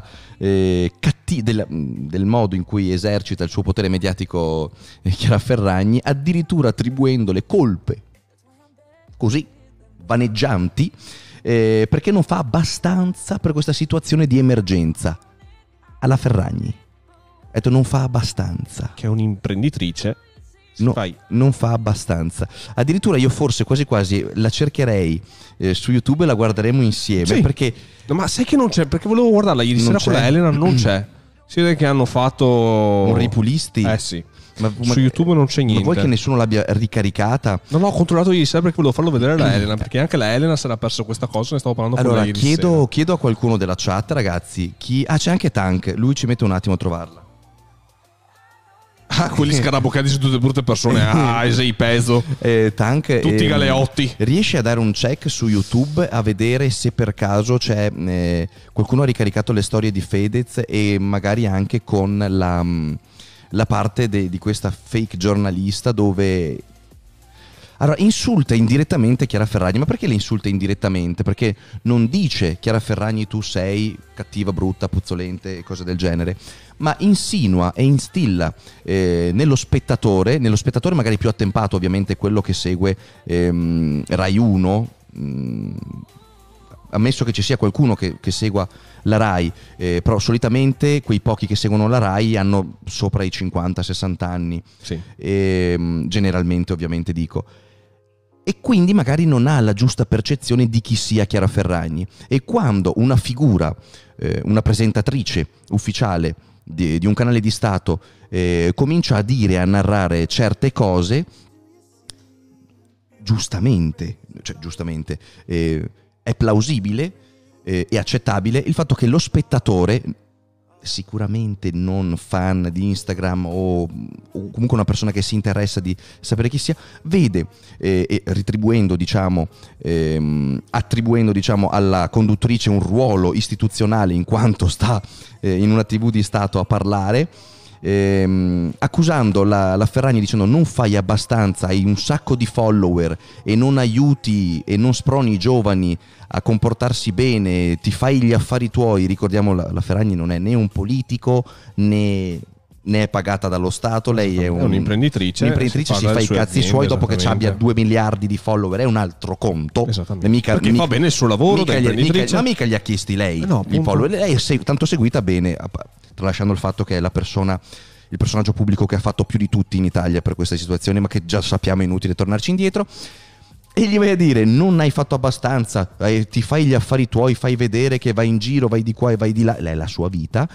modo in cui esercita il suo potere mediatico Chiara Ferragni, addirittura attribuendo le colpe così vaneggianti perché non fa abbastanza per questa situazione di emergenza alla Ferragni. Ha detto non fa abbastanza.
Che è un'imprenditrice.
No, non fa abbastanza. Addirittura io forse quasi quasi la cercherei su YouTube e la guarderemo insieme.
Sì.
Perché
no, ma sai che non c'è? Perché volevo guardarla ieri sera con la Elena, non c'è. Si vede che hanno fatto
un ripulisti.
Sì. Ma su YouTube non c'è niente.
Ma vuoi che nessuno l'abbia ricaricata?
No, ho controllato ieri sera perché volevo farlo vedere alla Elena, perché anche la Elena si era perso questa cosa, ne stavo parlando con lei ieri sera.
Chiedo a qualcuno della chat, ragazzi, c'è anche Tank, lui ci mette un attimo a trovarla.
Quelli scarabocchiati su tutte brutte persone. Sei peso.
Tank,
tutti i galeotti.
Riesci a dare un check su YouTube a vedere se per caso c'è qualcuno ha ricaricato le storie di Fedez e magari anche con la parte di questa fake giornalista dove allora insulta indirettamente Chiara Ferragni. Ma perché le insulta indirettamente? Perché non dice Chiara Ferragni tu sei cattiva, brutta, puzzolente e cose del genere, ma insinua e instilla nello spettatore magari più attempato, ovviamente quello che segue Rai 1, ammesso che ci sia qualcuno che segua la Rai, però solitamente quei pochi che seguono la Rai hanno sopra i 50-60 anni,
sì.
Generalmente ovviamente dico, e quindi magari non ha la giusta percezione di chi sia Chiara Ferragni. E quando una figura, una presentatrice ufficiale di un canale di Stato comincia a dire, a narrare certe cose, giustamente è plausibile e accettabile il fatto che lo spettatore, sicuramente non fan di Instagram o comunque una persona che si interessa di sapere chi sia, vede attribuendo alla conduttrice un ruolo istituzionale in quanto sta in una TV di Stato a parlare, accusando la Ferragni dicendo non fai abbastanza, hai un sacco di follower e non aiuti e non sproni i giovani a comportarsi bene, ti fai gli affari tuoi. Ricordiamo la Ferragni non è né un politico né è pagata dallo Stato, lei è
un'imprenditrice,
si fa i cazzi suoi dopo che abbia 2 miliardi di follower, è un altro conto.
Perché fa bene il suo lavoro da imprenditrice.
Ma mica gli ha chiesti lei i follower, lei è tanto seguita bene, tralasciando il fatto che è il personaggio pubblico che ha fatto più di tutti in Italia per questa situazione, ma che già sappiamo è inutile tornarci indietro. E gli vai a dire non hai fatto abbastanza, ti fai gli affari tuoi, fai vedere che vai in giro, vai di qua e vai di là, lei è la sua vita.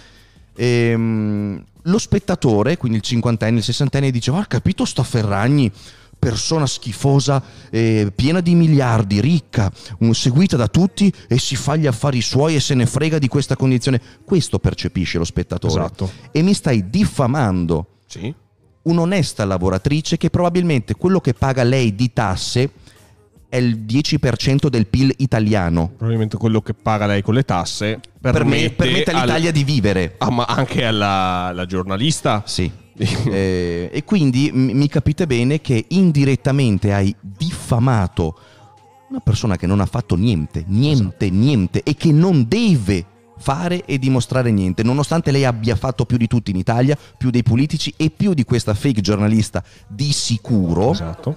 Lo spettatore, quindi il 50enne, il 60enne, dice ha capito sta Ferragni, persona schifosa, piena di miliardi, ricca, seguita da tutti e si fa gli affari suoi e se ne frega di questa condizione. Questo percepisce lo spettatore.
Esatto.
E mi stai diffamando un'onesta lavoratrice che probabilmente quello che paga lei di tasse è il 10% del PIL italiano.
Probabilmente quello che paga lei con le tasse permette
all'Italia di vivere.
Ma anche alla giornalista.
Sì. E quindi mi capite bene che indirettamente hai diffamato una persona che non ha fatto niente e che non deve fare e dimostrare niente, nonostante lei abbia fatto più di tutti in Italia, più dei politici e più di questa fake giornalista di sicuro.
Esatto.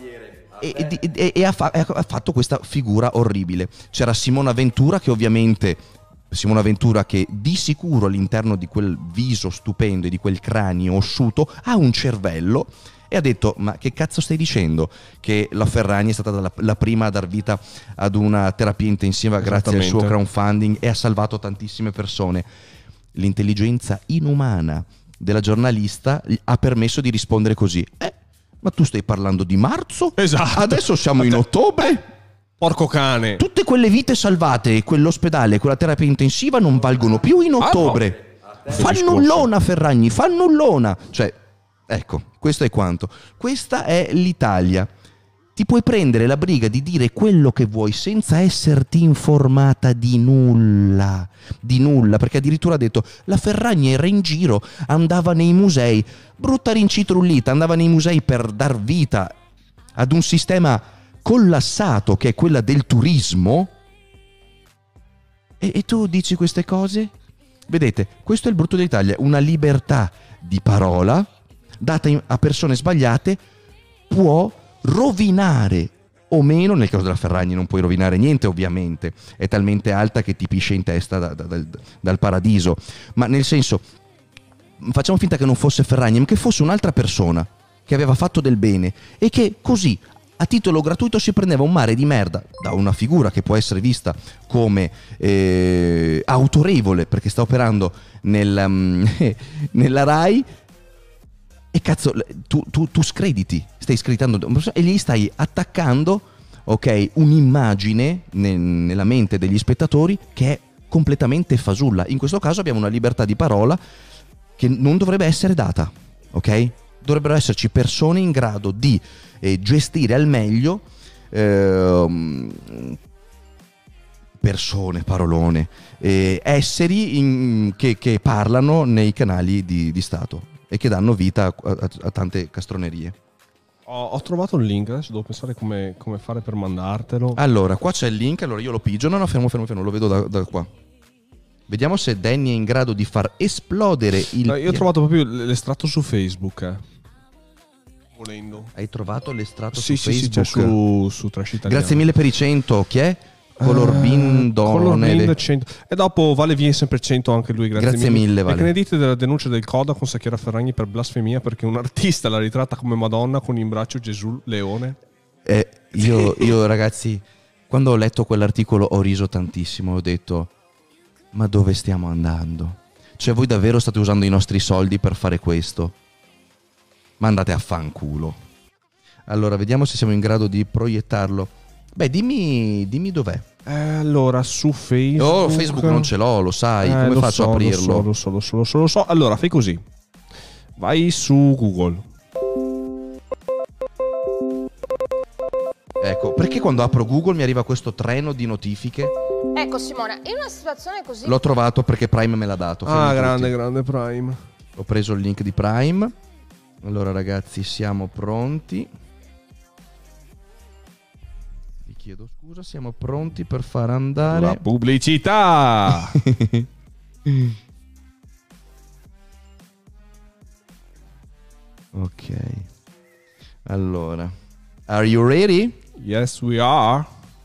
E ha fatto questa figura orribile. C'era Simona Ventura che di sicuro all'interno di quel viso stupendo e di quel cranio ossuto ha un cervello, e ha detto ma che cazzo stai dicendo? Che la Ferragni è stata la prima a dar vita ad una terapia intensiva grazie al suo crowdfunding e ha salvato tantissime persone. L'intelligenza inumana della giornalista ha permesso di rispondere così: ma tu stai parlando di marzo?
Esatto.
Adesso siamo in ottobre?
Porco cane.
Tutte quelle vite salvate, quell'ospedale, quella terapia intensiva non valgono più in ottobre.
No.
Fannullona Ferragni, fannullona. Cioè, ecco, questo è quanto. Questa è l'Italia. ti puoi prendere la briga di dire quello che vuoi senza esserti informata di nulla, perché addirittura ha detto la Ferragni era in giro, andava nei musei, brutta rincitrullita, andava nei musei per dar vita ad un sistema collassato che è quella del turismo, e tu dici queste cose? Vedete, questo è il brutto dell'Italia, una libertà di parola data a persone sbagliate può rovinare o meno. Nel caso della Ferragni non puoi rovinare niente, ovviamente, è talmente alta che ti pisce in testa dal paradiso, ma nel senso, facciamo finta che non fosse Ferragni, ma che fosse un'altra persona che aveva fatto del bene e che così a titolo gratuito si prendeva un mare di merda da una figura che può essere vista come autorevole perché sta operando nella Rai, e cazzo, tu screditi, stai screditando e gli stai attaccando, ok, un'immagine nella mente degli spettatori che è completamente fasulla. In questo caso abbiamo una libertà di parola che non dovrebbe essere data, ok? Dovrebbero esserci persone in grado di gestire al meglio persone, parolone, esseri che parlano nei canali di Stato e che danno vita a tante castronerie.
Ho trovato il link, adesso devo pensare come fare per mandartelo.
Allora, qua c'è il link, allora io lo pigio, no, fermo, lo vedo da qua. Vediamo se Danny è in grado di far esplodere il...
No, io ho trovato proprio l'estratto su Facebook, volendo.
Hai trovato l'estratto
su
Facebook?
Sì, su Trash Italiano.
Grazie mille per i 100, chi è? Colorbin
100. E dopo Vale viene sempre 100 anche lui, grazie mille Vale. E che ne dite della denuncia del Coda con Chiara Ferragni per blasfemia perché un artista la ritratta come Madonna con in braccio Gesù Leone?
Io ragazzi, quando ho letto quell'articolo ho riso tantissimo, ho detto ma dove stiamo andando? Cioè voi davvero state usando i nostri soldi per fare questo? Ma andate a fanculo. Allora vediamo se siamo in grado di proiettarlo. Beh, dimmi dov'è.
Allora, su Facebook...
Oh, Facebook non ce l'ho, lo sai. Come faccio a aprirlo?
Lo so. Allora, fai così. Vai su Google.
Ecco, perché quando apro Google mi arriva questo treno di notifiche?
Ecco Simona, in una situazione così...
L'ho trovato perché Prime me l'ha dato.
Grande Prime.
Ho preso il link di Prime. Allora ragazzi, siamo pronti. Chiedo scusa, siamo pronti per far andare
la pubblicità.
Ok, allora, are you ready?
Yes, we are.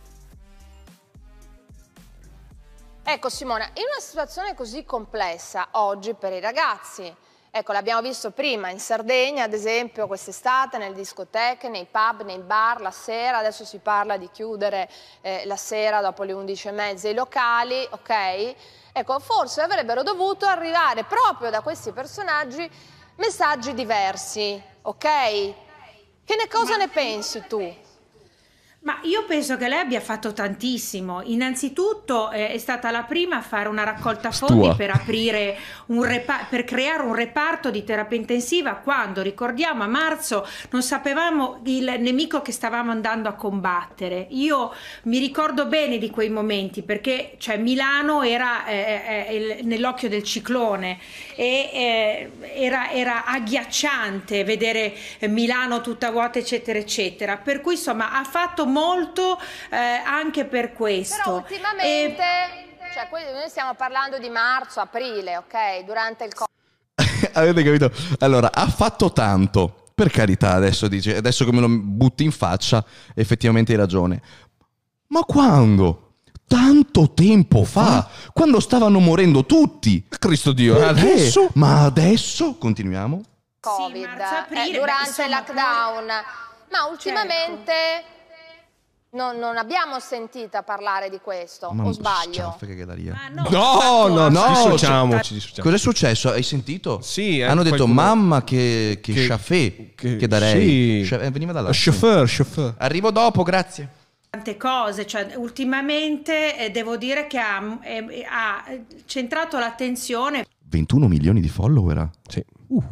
Ecco Simona, in una situazione così complessa oggi per i ragazzi, ecco, l'abbiamo visto prima in Sardegna, ad esempio, quest'estate, nelle discoteche, nei pub, nei bar, la sera. Adesso si parla di chiudere la sera dopo le 11:30 i locali, ok? Ecco, forse avrebbero dovuto arrivare proprio da questi personaggi messaggi diversi, ok? Cosa ne pensi tu?
Ma io penso che lei abbia fatto tantissimo. Innanzitutto è stata la prima a fare una raccolta fondi per aprire per creare un reparto di terapia intensiva quando, ricordiamo, a marzo non sapevamo il nemico che stavamo andando a combattere. Io mi ricordo bene di quei momenti perché Milano era nell'occhio del ciclone e era agghiacciante vedere Milano tutta vuota eccetera eccetera. Per cui insomma ha fatto molto anche per questo.
Però ultimamente, noi stiamo parlando di marzo, aprile, ok? Durante il
Avete capito? Allora, ha fatto tanto, per carità, adesso dice, adesso che me lo butti in faccia, effettivamente hai ragione. Ma quando? Tanto tempo fa, quando stavano morendo tutti.
Cristo Dio,
adesso? Ma adesso? Continuiamo.
Covid,
sì, marzo, aprile,
durante il lockdown. Ma ultimamente... Certo. Non abbiamo sentito parlare di questo, o sbaglio?
No,
ci dissociamo.
Cos'è successo? Hai sentito?
Sì.
Hanno detto mamma che chauffeur che darei.
Sì.
Veniva da là.
Chauffeur.
Arrivo dopo, grazie.
Tante cose, ultimamente devo dire che ha centrato l'attenzione.
21 milioni di follower?
Sì.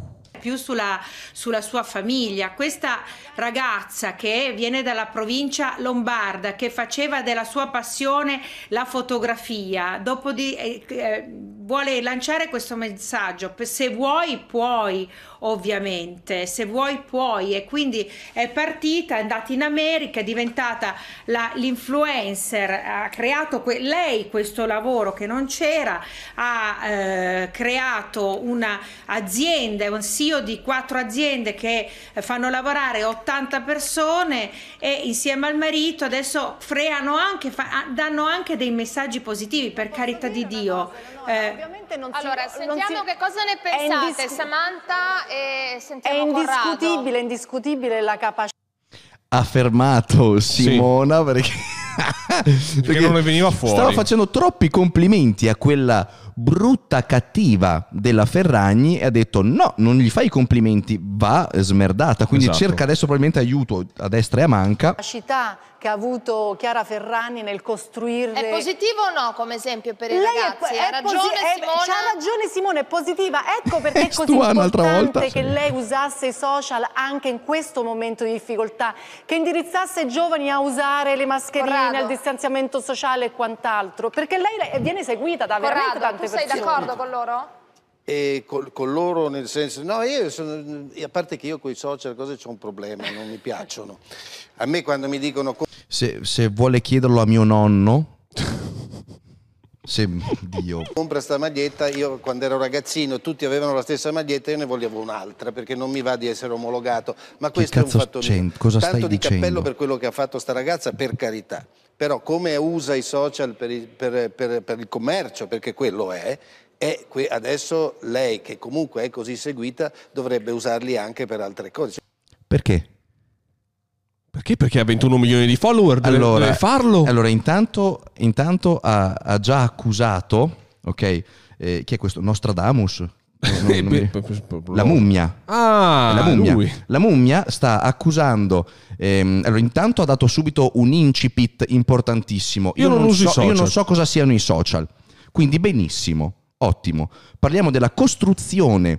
più sulla sua famiglia. Questa ragazza che viene dalla provincia lombarda, che faceva della sua passione la fotografia, dopo vuole lanciare questo messaggio: se vuoi puoi, ovviamente, se vuoi puoi, e quindi è partita, è andata in America, è diventata l'influencer, ha creato lei questo lavoro che non c'era, ha creato un'azienda, un CEO di 4 aziende che fanno lavorare 80 persone, e insieme al marito adesso danno anche dei messaggi positivi, per carità di Dio.
Ovviamente allora, sentiamo che cosa ne pensate, Samantha, e sentiamo Corrado.
È indiscutibile la capacità.
Ha fermato Simona perché
non ne veniva fuori.
Stava facendo troppi complimenti a quella brutta cattiva della Ferragni e ha detto no, non gli fai i complimenti, va smerdata. Quindi cerca adesso probabilmente aiuto a destra e a manca.
La capacità che ha avuto Chiara Ferragni nel costruire...
È positivo o no come esempio per i ragazzi? Ha ragione Simona?
C'ha ragione Simone, è positiva. Ecco perché è così importante che lei usasse i social anche in questo momento di difficoltà, che indirizzasse i giovani a usare le mascherine, il distanziamento sociale e quant'altro, perché lei viene seguita da veramente tante persone.
Tu sei d'accordo con loro?
E con loro nel senso, no, a parte che io con i social cose c'ho un problema, non mi piacciono. A me quando mi dicono...
Se vuole chiederlo a mio nonno... Dio.
Compra sta maglietta, io quando ero ragazzino tutti avevano la stessa maglietta, io ne volevo un'altra perché non mi va di essere omologato, ma questo è un fatto mio.
Cosa
tanto
stai
di
dicendo?
cappello per quello che ha fatto sta ragazza, per carità, però come usa i social per il commercio, perché quello è, e adesso lei, che comunque è così seguita, dovrebbe usarli anche per altre cose.
Perché?
Perché ha 21 milioni di follower, deve farlo.
Allora, intanto ha già accusato, ok, chi è questo? Nostradamus? La mummia.
Ah,
la mummia.
lui.
La mummia sta accusando. Allora, intanto ha dato subito un incipit importantissimo. Io non so cosa siano i social. Quindi benissimo, ottimo. Parliamo della costruzione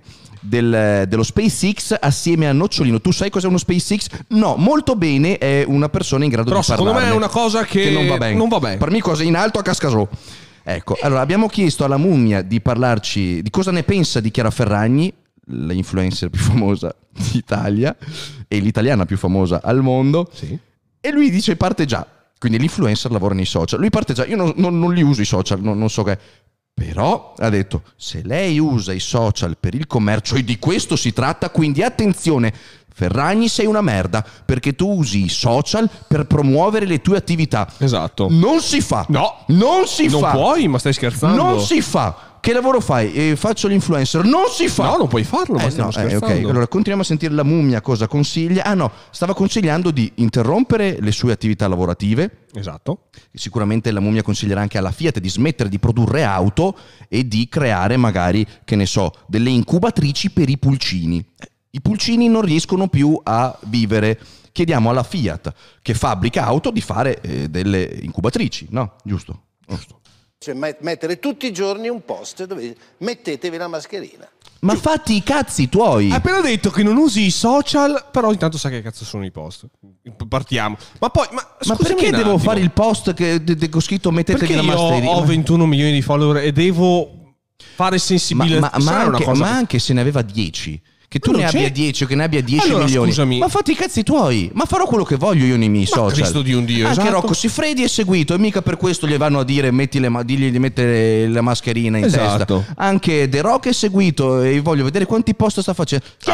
dello SpaceX assieme a Nocciolino. Tu sai cos'è uno SpaceX? No, molto bene, è una persona in grado di parlarne.
Però secondo me è una cosa che non va bene.
Per me cose in alto a cascasò. Ecco, allora abbiamo chiesto alla mummia di parlarci di cosa ne pensa di Chiara Ferragni, l'influencer più famosa d'Italia e l'italiana più famosa al mondo.
Sì.
E lui dice parte già. Quindi l'influencer lavora nei social. Lui parte già. Io non li uso i social, non so che. Però ha detto, se lei usa i social per il commercio, e di questo si tratta, quindi attenzione, Ferragni sei una merda, perché tu usi i social per promuovere le tue attività.
Esatto.
Non si fa.
No.
Non si fa.
Non puoi, ma stai scherzando.
Non si fa. Che lavoro fai? Faccio l'influencer. Non si fa.
No, non puoi farlo, ma stiamo scherzando.
Ok, allora continuiamo a sentire la mummia cosa consiglia. Ah no, stava consigliando di interrompere le sue attività lavorative.
Esatto.
Sicuramente la mummia consiglierà anche alla Fiat di smettere di produrre auto e di creare magari, che ne so, delle incubatrici per i pulcini. I pulcini non riescono più a vivere. Chiediamo alla Fiat, che fabbrica auto, di fare delle incubatrici, no? Giusto?
Cioè mettere tutti i giorni un post dove mettetevi la mascherina.
Ma fatti i cazzi tuoi.
Hai appena detto che non usi i social, però intanto sai che cazzo sono i post. Partiamo. Ma poi,
ma perché devo fare il post che ho scritto mettetevi la mascherina?
Io ho 21 milioni di follower e devo fare sensibilizzazione.
Ma anche se ne aveva 10. Che tu ne abbia 10 o che ne abbia 10 milioni.
Scusami.
Ma fatti i cazzi tuoi. Ma farò quello che voglio io nei miei social.
Cristo di un Dio,
anche
esatto.
Rocco Siffredi è seguito e mica per questo gli vanno a dire digli di mettere la mascherina in testa. Anche The Rock è seguito e voglio vedere quanti post sta facendo. Chi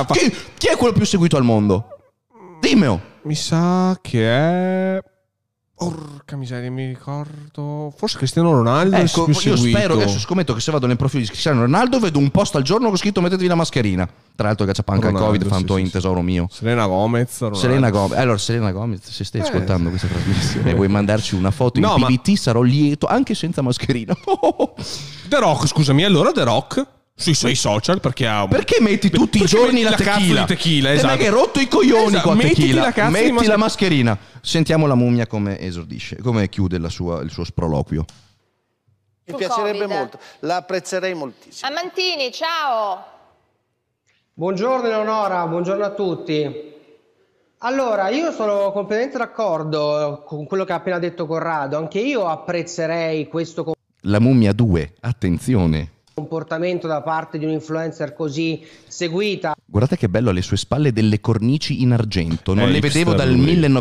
è quello più seguito al mondo? Dimmelo.
Mi sa che è... Porca miseria, mi ricordo. Forse Cristiano Ronaldo.
Ecco, io spero, adesso scommetto che se vado nel profilo di Cristiano Ronaldo vedo un post al giorno con scritto mettetevi la mascherina. Tra l'altro che c'ha panca il Covid, fanto in tesoro mio.
Selena Gomez.
Allora, Selena Gomez, se stai ascoltando questa trasmissione e vuoi mandarci una foto in PVT, sarò lieto anche senza mascherina.
The Rock, scusami, allora The Rock sui suoi social perché
metti tutti i giorni la tequila?
Esatto.
Perché hai rotto i coglioni con la tequila. Metti la mascherina. Sentiamo la mummia come esordisce, come chiude il suo sproloquio.
Mi piacerebbe molto, la apprezzerei moltissimo.
Amantini, ciao.
Buongiorno Eleonora, buongiorno a tutti. Allora, io sono completamente d'accordo con quello che ha appena detto Corrado, anche io apprezzerei questo
La Mummia 2, attenzione.
Comportamento da parte di un influencer così seguita.
Guardate che bello, alle sue spalle delle cornici in argento, non le vedevo dal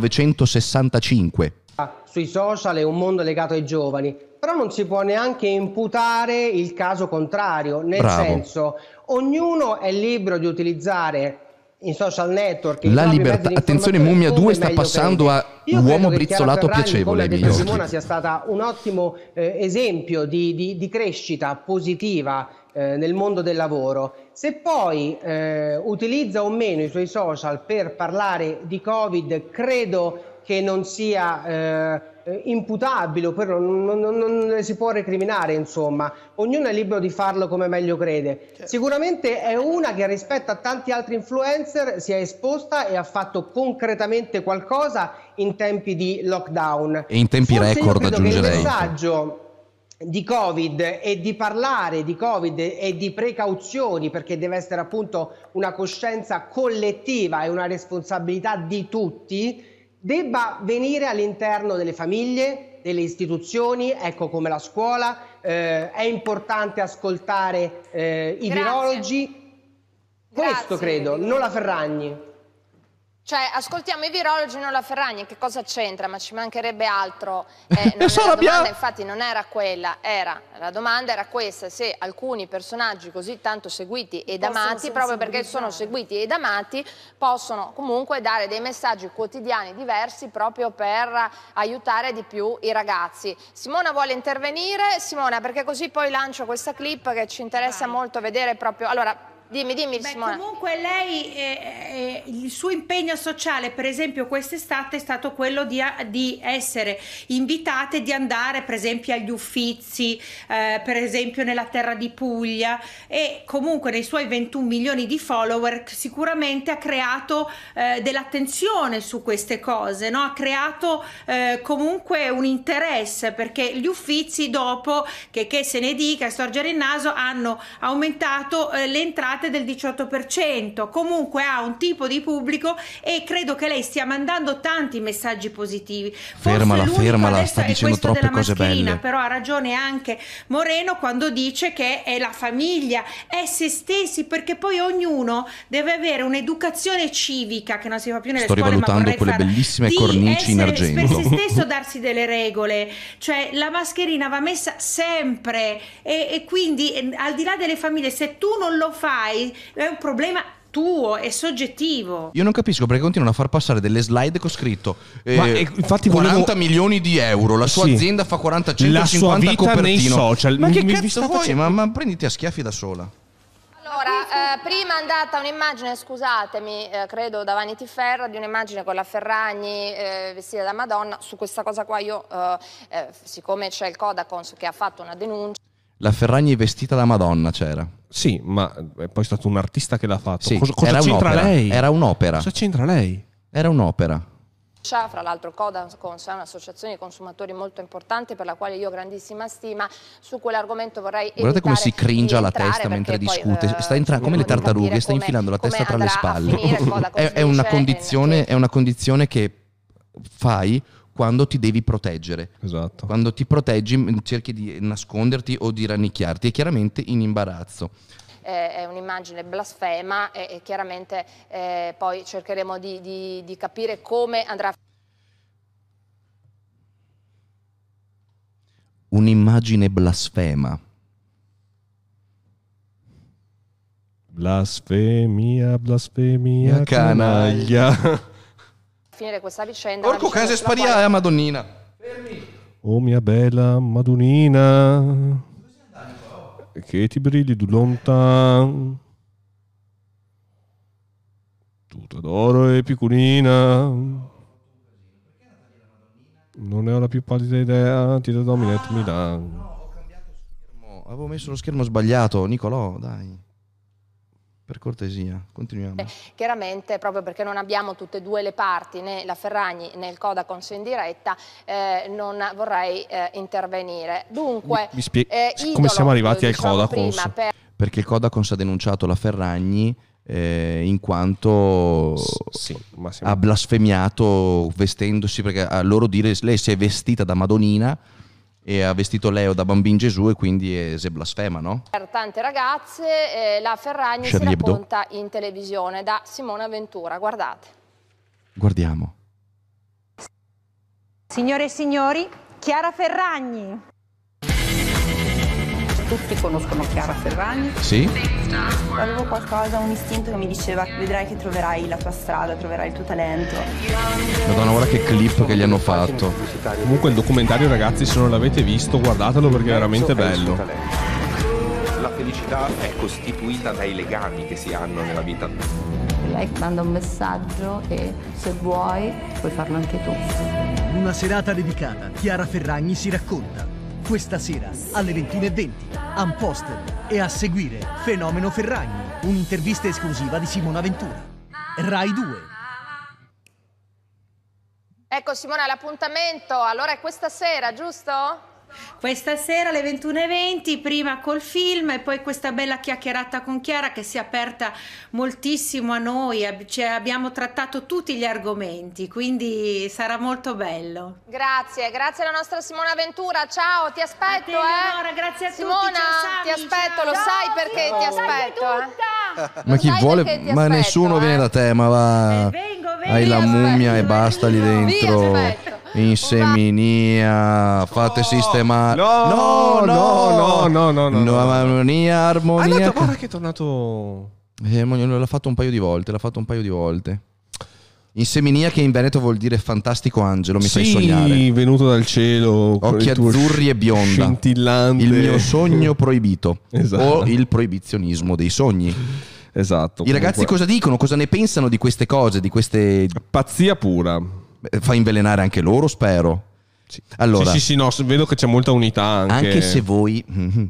1965.
Sui social è un mondo legato ai giovani, però non si può neanche imputare il caso contrario, nel senso, ognuno è libero di utilizzare in social network
la libertà. Attenzione, Mummia 2 sta passando a uomo brizzolato piacevole.
Simona sia stata un ottimo esempio di crescita positiva nel mondo del lavoro. Se poi utilizza o meno i suoi social per parlare di Covid, credo che non sia imputabile, oppure non si può recriminare, insomma. Ognuno è libero di farlo come meglio crede. Sicuramente è una che rispetto a tanti altri influencer si è esposta e ha fatto concretamente qualcosa in tempi di lockdown.
E in tempi record, aggiungerei.
Il messaggio di Covid e di parlare di Covid e di precauzioni, perché deve essere appunto una coscienza collettiva e una responsabilità di tutti, debba venire all'interno delle famiglie, delle istituzioni, ecco, come la scuola. È importante ascoltare i virologi. Questo credo, non la Ferragni.
Cioè, ascoltiamo i virologi, non la Ferragni, che cosa c'entra? Ma ci mancherebbe altro. La domanda infatti non era quella, la domanda era questa: se alcuni personaggi così tanto seguiti ed amati, proprio perché sono seguiti ed amati, possono comunque dare dei messaggi quotidiani diversi proprio per aiutare di più i ragazzi. Simona vuole intervenire. Simona, perché così poi lancio questa clip che ci interessa molto vedere proprio. Allora, dimmi Simona.
Comunque lei, il suo impegno sociale, per esempio quest'estate, è stato quello di essere invitate, di andare per esempio agli Uffizi, per esempio nella terra di Puglia, e comunque nei suoi 21 milioni di follower sicuramente ha creato dell'attenzione su queste cose, no? Ha creato comunque un interesse, perché gli Uffizi, dopo che se ne dica, storgere il naso, hanno aumentato le entrate del 18%. Comunque ha un tipo di pubblico e credo che lei stia mandando tanti messaggi positivi.
Fermala, sta dicendo troppe cose belle.
Però ha ragione anche Moreno quando dice che è la famiglia, è se stessi, perché poi ognuno deve avere un'educazione civica che non si fa più nelle scuole.
Sto rivalutando quelle bellissime cornici in argento.
Per se stesso darsi delle regole, cioè la mascherina va messa sempre, e quindi al di là delle famiglie, se tu non lo fai è un problema tuo, è soggettivo.
Io non capisco perché continuano a far passare delle slide con scritto
infatti
40 milioni di euro, la sua azienda fa 40-150
la sua vita
copertino
nei social.
Ma che cazzo vuoi? Ma prenditi a schiaffi da sola.
Allora, prima è andata un'immagine, scusatemi, credo da Vanity Fair, di un'immagine con la Ferragni vestita da Madonna. Su questa cosa qua io, siccome c'è il Codacons che ha fatto una denuncia.
La Ferragni vestita da Madonna c'era.
Sì, ma è poi stato un artista che l'ha fatto.
Sì,
cosa c'entra lei?
Era un'opera.
Cosa c'entra lei?
Era un'opera.
Fra l'altro il Codacons è un'associazione di consumatori molto importante, per la quale io ho grandissima stima. Su quell'argomento vorrei
guardate come si cringia la testa mentre discute, sta come le tartarughe, sta infilando la testa tra le spalle. È una condizione che fai quando ti devi proteggere.
Esatto.
Quando ti proteggi cerchi di nasconderti o di rannicchiarti, e chiaramente in imbarazzo.
È un'immagine blasfema e chiaramente poi cercheremo di capire come andrà.
Un'immagine blasfema.
Blasfemia, canaglia.
Finire questa vicenda.
Porco casa sparia, Madonnina. Fermi.
Oh mia bella Madonnina, che ti brilli da lontano, tutta d'oro e piccolina. Non ne ho la più pallida idea, ti da Dominet Milan.
No, ho cambiato schermo, avevo messo lo schermo sbagliato. Nicolò, dai. Per cortesia, continuiamo.
Chiaramente, proprio perché non abbiamo tutte e due le parti, né la Ferragni né il Codacons in diretta, non vorrei intervenire. Dunque,
come siamo arrivati al Codacons?
Perché il Codacons ha denunciato la Ferragni in quanto ha blasfemiato vestendosi, perché a loro dire lei si è vestita da Madonnina e ha vestito Leo da Bambin Gesù e quindi si blasfema, no?
Per tante ragazze la Ferragni si racconta in televisione da Simona Ventura, guardate.
Guardiamo.
Signore e signori, Chiara Ferragni. Tutti conoscono Chiara Ferragni.
Sì.
Avevo qualcosa, un istinto che mi diceva: vedrai che troverai la tua strada, troverai il tuo talento.
Madonna, ora che clip che gli hanno fatto.
Comunque il documentario, ragazzi, se non l'avete visto, guardatelo perché è veramente bello.
La felicità è costituita dai legami che si hanno nella vita.
Lei manda un messaggio e se vuoi puoi farlo anche tu.
Una serata dedicata, Chiara Ferragni si racconta. Questa sera alle 21:20, Unposted e a seguire Fenomeno Ferragni, un'intervista esclusiva di Simona Ventura. Rai 2.
Ecco Simona, l'appuntamento allora è questa sera, giusto?
Questa sera alle 21:20, prima col film e poi questa bella chiacchierata con Chiara che si è aperta moltissimo a noi, abbiamo trattato tutti gli argomenti, quindi sarà molto bello.
Grazie alla nostra Simona Ventura, ciao, ti aspetto.
Eleonora, grazie a
Simona,
tutti, ciao,
ti aspetto,
ciao.
lo sai perché ti aspetto.
Ma chi vuole, ma nessuno viene da te, ma va.
Vengo,
hai la mummia e basta lì dentro. Inseminia, fate sistemare.
No.
Armonia.
Guarda che è tornato.
L'ha fatto un paio di volte. Inseminia, che in Veneto vuol dire fantastico angelo, mi fai sognare.
Sì, venuto dal cielo.
Occhi azzurri e bionda.
Scintillante.
Il mio sogno proibito.
Esatto.
O il proibizionismo dei sogni.
Esatto.
I ragazzi cosa dicono? Cosa ne pensano di queste cose? Di queste...
Pazzia pura.
Fa invelenare anche loro, spero.
Sì.
Allora,
sì, no, vedo che c'è molta unità
anche se voi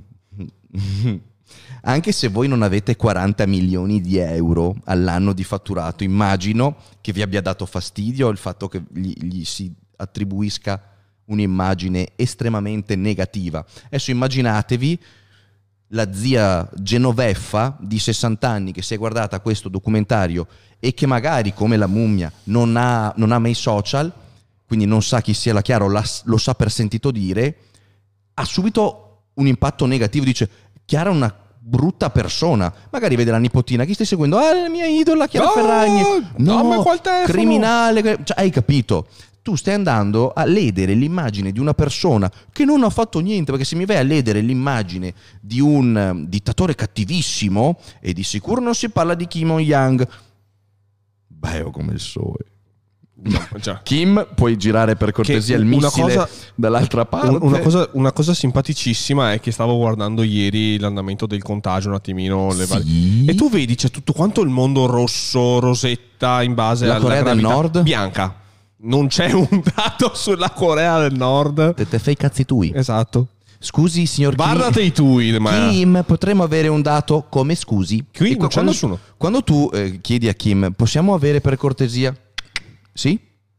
non avete 40 milioni di euro all'anno di fatturato, immagino che vi abbia dato fastidio il fatto che gli si attribuisca un'immagine estremamente negativa. Adesso immaginatevi la zia Genoveffa di 60 anni che si è guardata questo documentario e che magari, come la mummia, non ha mai social, quindi non sa chi sia la Chiara, lo sa per sentito dire, ha subito un impatto negativo, dice Chiara è una brutta persona, magari vede la nipotina, chi stai seguendo? La mia idola Chiara Ferragni. No, criminale, cioè, hai capito? Tu stai andando a ledere l'immagine di una persona che non ha fatto niente, perché se mi vai a ledere l'immagine di un dittatore cattivissimo, e di sicuro non si parla di Kim Jong-un, bello come il sole. No, Kim, puoi girare per cortesia il missile dall'altra parte.
Una cosa simpaticissima è che stavo guardando ieri l'andamento del contagio un attimino, e tu vedi c'è tutto quanto il mondo rosso, rosetta, in base alla
Corea del Nord
bianca. Non c'è un dato sulla Corea del Nord.
Te fai i cazzi tui.
Esatto.
Scusi signor Kim,
guardate i tui,
Kim, potremmo avere un dato come scusi?
Qui non c'è nessuno.
Quando tu chiedi a Kim, possiamo avere per cortesia? Sì?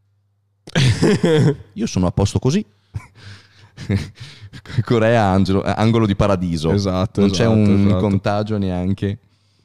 Io sono a posto così. Corea angolo di paradiso.
Esatto.
Non c'è un contagio neanche.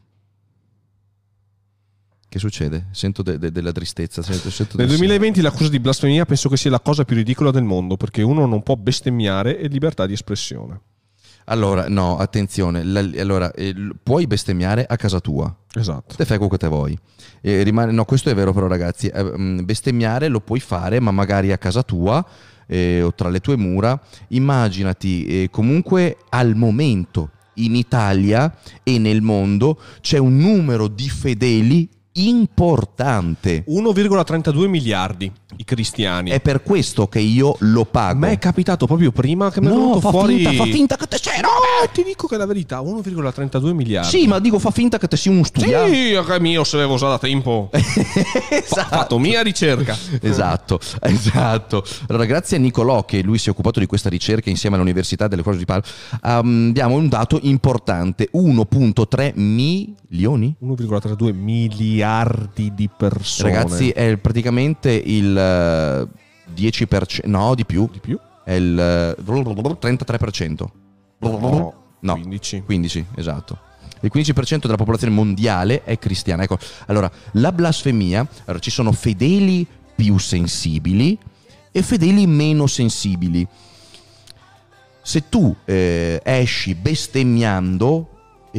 Che succede? Sento della tristezza.
Nel 2020 l'accusa di blasfemia penso che sia la cosa più ridicola del mondo, perché uno non può bestemmiare e libertà di espressione.
Allora, no, attenzione. Puoi bestemmiare a casa tua.
Esatto.
Te fai quello che te vuoi. No, questo è vero però ragazzi. Bestemmiare lo puoi fare, ma magari a casa tua o tra le tue mura. Immaginati, comunque al momento in Italia e nel mondo c'è un numero di fedeli importante.
1,32 miliardi i cristiani.
È per questo che io lo pago.
Ma è capitato proprio prima che mi è venuto fuori.
Fa finta che te sei.
No, ti dico che è la verità. 1,32 miliardi.
Sì, ma dico fa finta che te sia uno studiato.
Sì, che mio se avevo già da tempo.
Esatto.
Fatto mia ricerca.
Esatto. Allora, grazie a Nicolò, che lui si è occupato di questa ricerca insieme all'Università delle Cose di Padova, abbiamo un dato importante: 1,3 milioni.
1,32 miliardi di persone.
Ragazzi, è praticamente il 10%, no, di più. È il 33%.
No,
No,
15.
15, esatto. il 15% della popolazione mondiale è cristiana. Ecco, allora, la blasfemia, allora, ci sono fedeli più sensibili e fedeli meno sensibili. Se tu esci bestemmiando,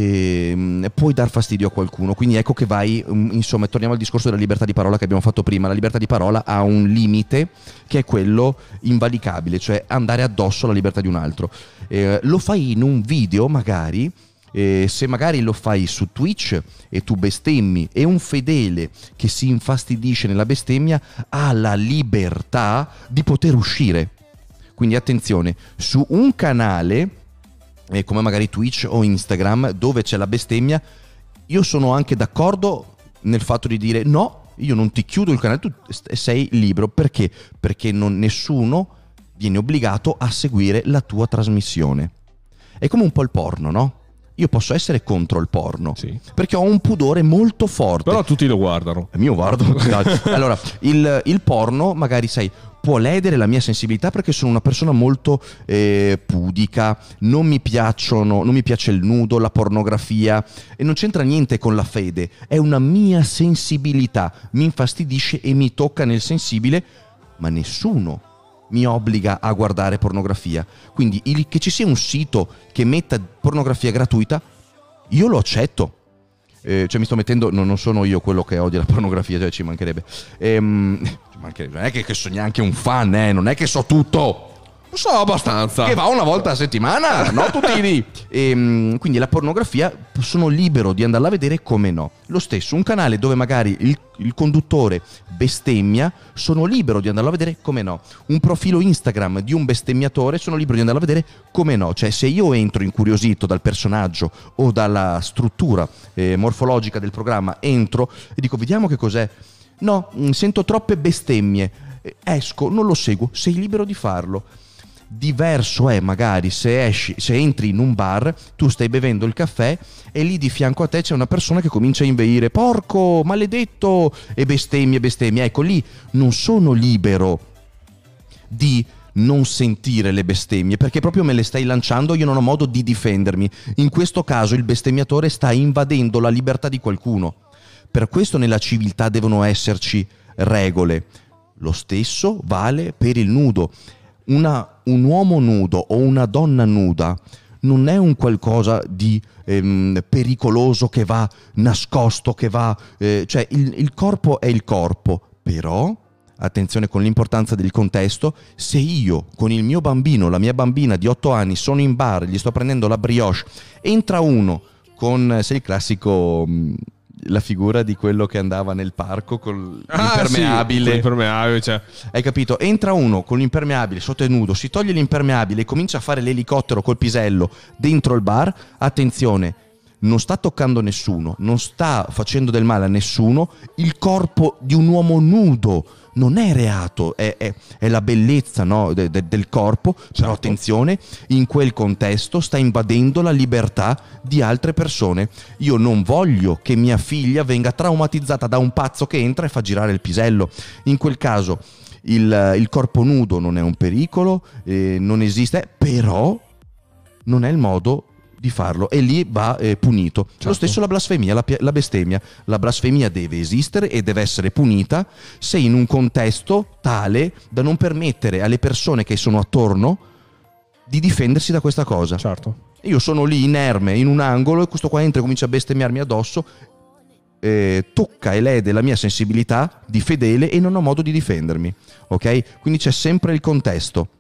puoi dar fastidio a qualcuno, quindi ecco che vai, insomma, torniamo al discorso della libertà di parola che abbiamo fatto prima. La libertà di parola ha un limite che è quello invalicabile, cioè andare addosso alla libertà di un altro. Lo fai in un video magari, se magari lo fai su Twitch e tu bestemmi, e un fedele che si infastidisce nella bestemmia ha la libertà di poter uscire. Quindi attenzione, su un canale come magari Twitch o Instagram dove c'è la bestemmia, io sono anche d'accordo nel fatto di dire no, io non ti chiudo il canale, tu sei libero. Perché? Perché nessuno viene obbligato a seguire la tua trasmissione. È come un po' il porno, no? Io posso essere contro il porno, sì, perché ho un pudore molto forte.
Però tutti lo guardano.
Io guardo. Allora, il porno magari, sai, può ledere la mia sensibilità perché sono una persona molto pudica, non mi piace il nudo, la pornografia, e non c'entra niente con la fede, è una mia sensibilità, mi infastidisce e mi tocca nel sensibile, ma nessuno mi obbliga a guardare pornografia. Quindi che ci cia un sito che metta pornografia gratuita, io lo accetto. Cioè mi sto mettendo, non sono io quello che odia la pornografia, cioè ci mancherebbe. Non è che sono neanche un fan, non è che so tutto.
So abbastanza.
Che va una volta a settimana, no tutti lì. Quindi la pornografia sono libero di andarla a vedere, come no. Lo stesso, un canale dove magari il conduttore bestemmia, sono libero di andarlo a vedere, come no. Un profilo Instagram di un bestemmiatore, sono libero di andarlo a vedere, come no. Cioè se io entro incuriosito dal personaggio o dalla struttura morfologica del programma, entro e dico vediamo che cos'è. No, sento troppe bestemmie, esco, non lo seguo, sei libero di farlo. Diverso è magari se entri in un bar, tu stai bevendo il caffè e lì di fianco a te c'è una persona che comincia a inveire porco, maledetto, e bestemmie. Ecco, lì non sono libero di non sentire le bestemmie perché proprio me le stai lanciando, io non ho modo di difendermi. In questo caso il bestemmiatore sta invadendo la libertà di qualcuno. Per questo nella civiltà devono esserci regole. Lo stesso vale per il nudo. Un uomo nudo o una donna nuda non è un qualcosa di pericoloso che va nascosto, che va... cioè il corpo è il corpo, però, attenzione con l'importanza del contesto, se io con il mio bambino, la mia bambina di 8 anni, sono in bar, gli sto prendendo la brioche, entra uno con... sei il classico... la figura di quello che andava nel parco con l'impermeabile.
Sì, l'impermeabile, cioè.
Hai capito? Entra uno con l'impermeabile sotto è nudo, si toglie l'impermeabile e comincia a fare l'elicottero col pisello dentro il bar. Attenzione, non sta toccando nessuno, non sta facendo del male a nessuno. Il corpo di un uomo nudo non è reato, è la bellezza, no, del corpo. Certo. Però attenzione, in quel contesto sta invadendo la libertà di altre persone. Io non voglio che mia figlia venga traumatizzata da un pazzo che entra e fa girare il pisello. In quel caso il corpo nudo non è un pericolo, non esiste, però non è il modo di farlo e lì va punito. Certo. Lo stesso la blasfemia, la bestemmia. La blasfemia deve esistere e deve essere punita se in un contesto tale da non permettere alle persone che sono attorno di difendersi da questa cosa.
Certo.
Io sono lì inerme in un angolo e questo qua entra e comincia a bestemmiarmi addosso, tocca e lede la mia sensibilità di fedele e non ho modo di difendermi, ok? Quindi c'è sempre il contesto.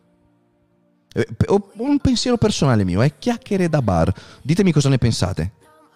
Un pensiero personale mio è chiacchiere da bar. Ditemi cosa ne pensate.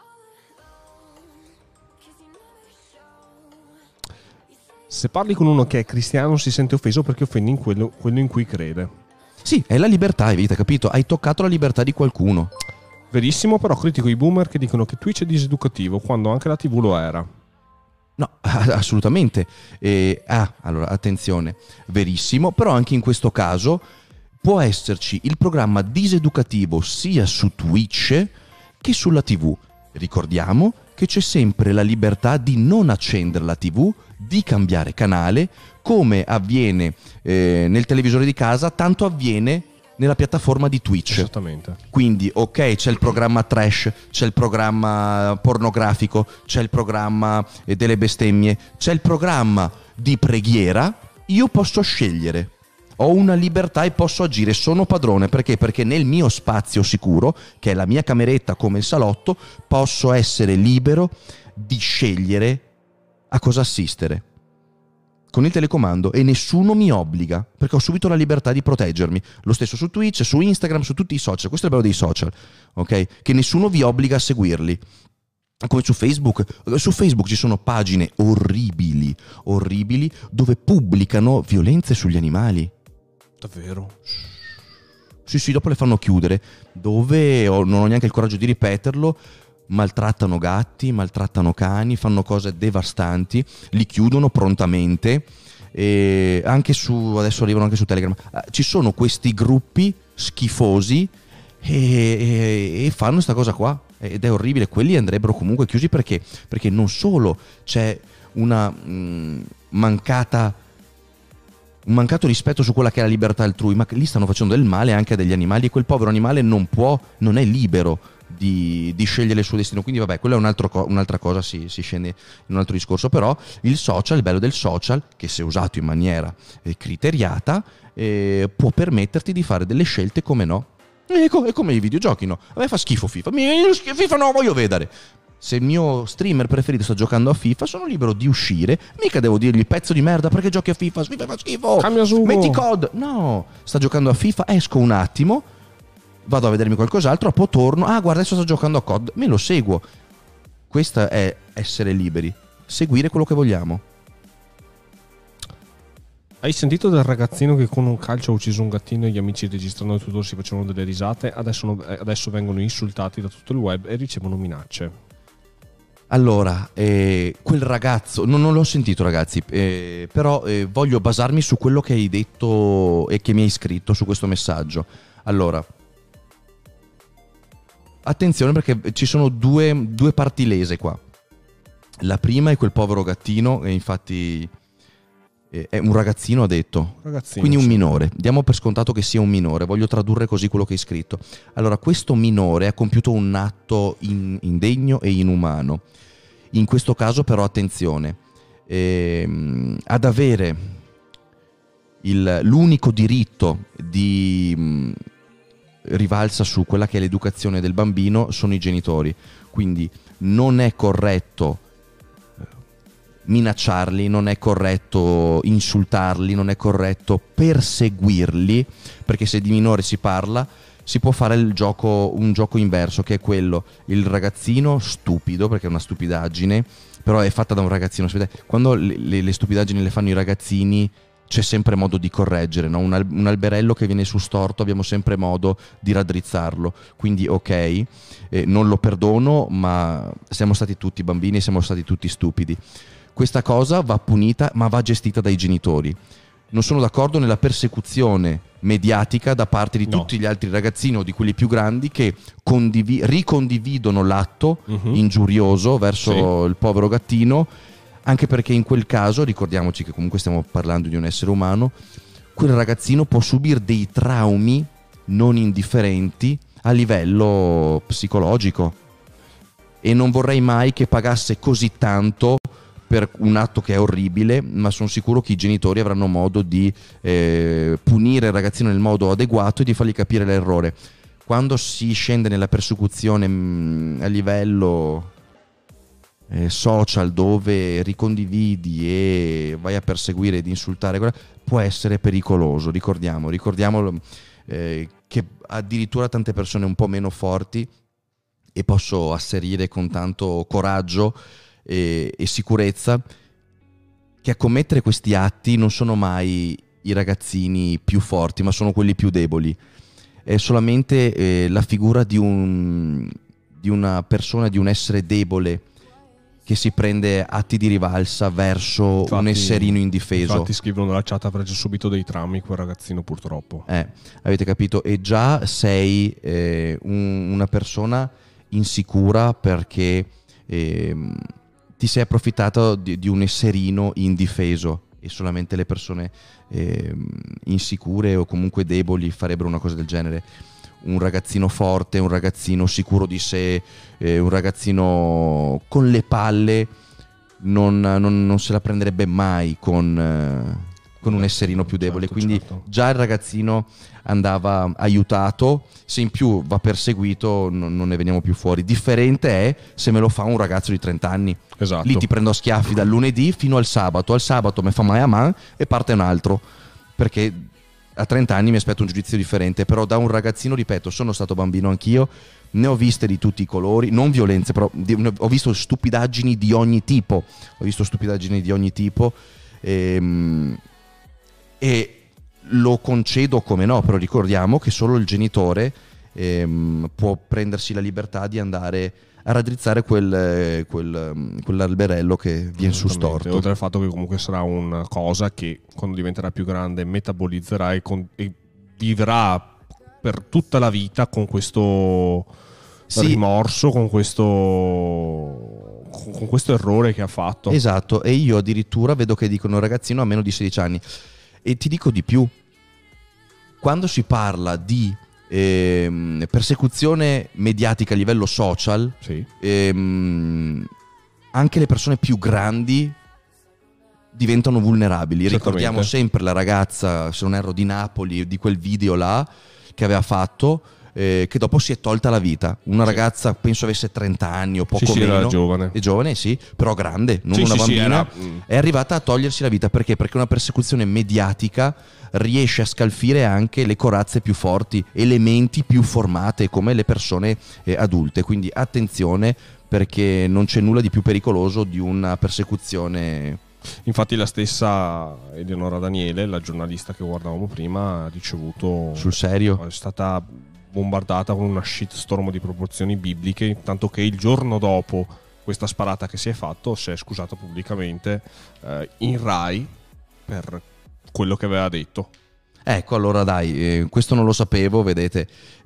Se parli con uno che è cristiano si sente offeso perché offendi in quello in cui crede.
Sì, è la libertà, avete capito? Hai toccato la libertà di qualcuno.
Verissimo, però critico i boomer che dicono che Twitch è diseducativo quando anche la TV lo era.
No, assolutamente. Allora, attenzione, verissimo, però anche in questo caso può esserci il programma diseducativo sia su Twitch che sulla TV. Ricordiamo che c'è sempre la libertà di non accendere la TV, di cambiare canale, come avviene nel televisore di casa, tanto avviene nella piattaforma di Twitch.
Esattamente.
Quindi, ok, c'è il programma trash, c'è il programma pornografico, c'è il programma delle bestemmie, c'è il programma di preghiera. Io posso scegliere. Ho una libertà e posso agire, sono padrone. Perché? Perché nel mio spazio sicuro, che è la mia cameretta come il salotto, posso essere libero di scegliere a cosa assistere con il telecomando e nessuno mi obbliga, perché ho subito la libertà di proteggermi. Lo stesso su Twitch, su Instagram, su tutti i social. Questo è il bello dei social, ok? Che nessuno vi obbliga a seguirli. Come su Facebook. Su Facebook ci sono pagine orribili dove pubblicano violenze sugli animali.
Davvero?
Sì, dopo le fanno chiudere, dove non ho neanche il coraggio di ripeterlo, maltrattano gatti, maltrattano cani, fanno cose devastanti, li chiudono prontamente, e anche adesso arrivano anche su Telegram. Ci sono questi gruppi schifosi e fanno questa cosa qua, ed è orribile. Quelli andrebbero comunque chiusi, perché non solo c'è un mancato rispetto su quella che è la libertà altrui, ma lì stanno facendo del male anche a degli animali, e quel povero animale non è libero di scegliere il suo destino. Quindi vabbè, quello è un'altra cosa, si scende in un altro discorso. Però il bello del social, che se usato in maniera criteriata, può permetterti di fare delle scelte, come no. È come i videogiochi, no? A me fa schifo FIFA, FIFA no, voglio vedere. Se il mio streamer preferito sta giocando a FIFA, sono libero di uscire. Mica devo dirgli pezzo di merda perché giochi a FIFA fa schifo,
cambia su,
metti COD. No, sta giocando a FIFA, esco un attimo, vado a vedermi qualcos'altro, poi torno. Ah, guarda, adesso sto giocando a COD, me lo seguo. Questa è essere liberi, seguire quello che vogliamo.
Hai sentito del ragazzino che con un calcio ha ucciso un gattino e gli amici registrando il tutto si facevano delle risate? Adesso vengono insultati da tutto il web e ricevono minacce.
Allora, quel ragazzo, non l'ho sentito, ragazzi, però voglio basarmi su quello che hai detto e che mi hai scritto su questo messaggio. Allora, attenzione, perché ci sono due parti lese qua. La prima è quel povero gattino, e infatti è un ragazzino, ha detto, quindi un minore. Diamo per scontato che sia un minore, voglio tradurre così quello che hai scritto. Allora, questo minore ha compiuto un atto indegno e inumano. In questo caso però attenzione, ad avere l'unico diritto di rivalsa su quella che è l'educazione del bambino sono i genitori. Quindi non è corretto minacciarli, non è corretto insultarli, non è corretto perseguirli, perché se di minore si parla si può fare un gioco inverso, che è quello, il ragazzino stupido, perché è una stupidaggine, però è fatta da un ragazzino. Quando le stupidaggini le fanno i ragazzini c'è sempre modo di correggere, no? Un alberello che viene su storto abbiamo sempre modo di raddrizzarlo. Quindi ok, non lo perdono, ma siamo stati tutti bambini, siamo stati tutti stupidi. Questa cosa va punita, ma va gestita dai genitori. Non sono d'accordo nella persecuzione mediatica da parte di tutti gli altri ragazzini o di quelli più grandi che ricondividono l'atto ingiurioso verso il povero gattino, anche perché in quel caso, ricordiamoci che comunque stiamo parlando di un essere umano, quel ragazzino può subire dei traumi non indifferenti a livello psicologico, e non vorrei mai che pagasse così tanto per un atto che è orribile, ma sono sicuro che i genitori avranno modo di punire il ragazzino nel modo adeguato e di fargli capire l'errore. Quando si scende nella persecuzione a livello social, dove ricondividi e vai a perseguire ed insultare, può essere pericoloso. Ricordiamolo, che addirittura tante persone un po' meno forti, e posso asserire con tanto coraggio e sicurezza, che a commettere questi atti non sono mai i ragazzini più forti, ma sono quelli più deboli. È solamente la figura di una persona, di un essere debole, che si prende atti di rivalsa verso un esserino indifeso.
Infatti scrivono nella chat: avrà già subito dei traumi quel ragazzino, purtroppo.
Avete capito? E già sei una persona insicura, perché ti sei approfittato di un esserino indifeso. e solamente le persone insicure o comunque deboli farebbero una cosa del genere. Un ragazzino forte, un ragazzino sicuro di sé, un ragazzino con le palle non se la prenderebbe mai con un esserino più debole. Quindi già il ragazzino andava aiutato, se in più va perseguito non ne veniamo più fuori. Differente è se me lo fa un ragazzo di 30 anni.
Esatto.
Lì ti prendo a schiaffi dal lunedì fino al sabato mi fa mai a man e parte un altro, perché a 30 anni mi aspetto un giudizio differente. Però da un ragazzino, ripeto, sono stato bambino anch'io, ne ho viste di tutti i colori, non violenze, però ho visto stupidaggini di ogni tipo, e lo concedo come no, però ricordiamo che solo il genitore può prendersi la libertà di andare a raddrizzare quell'alberello che viene su storto.
Oltre al fatto che comunque sarà una cosa che quando diventerà più grande metabolizzerà e vivrà per tutta la vita con questo rimorso, con questo errore che ha fatto.
Esatto, e io addirittura vedo che dicono ragazzino a meno di 16 anni. E ti dico di più, quando si parla di persecuzione mediatica a livello social, anche le persone più grandi diventano vulnerabili. Ricordiamo sempre la ragazza, se non erro, di Napoli, di quel video là che aveva fatto, che dopo si è tolta la vita. Una ragazza, penso avesse 30 anni o poco meno.
Era giovane.
È giovane, sì, però grande, non una bambina. È arrivata a togliersi la vita. Perché? Perché una persecuzione mediatica riesce a scalfire anche le corazze più forti, elementi più formate come le persone adulte. Quindi attenzione, perché non c'è nulla di più pericoloso di una persecuzione.
Infatti la stessa Eleonora Daniele, la giornalista che guardavamo prima, ha ricevuto...
Sul serio?
È stata bombardata con una shitstorm di proporzioni bibliche, tanto che il giorno dopo questa sparata che si è fatto si è scusata pubblicamente in Rai per quello che aveva detto.
Ecco, allora dai, questo non lo sapevo, vedete,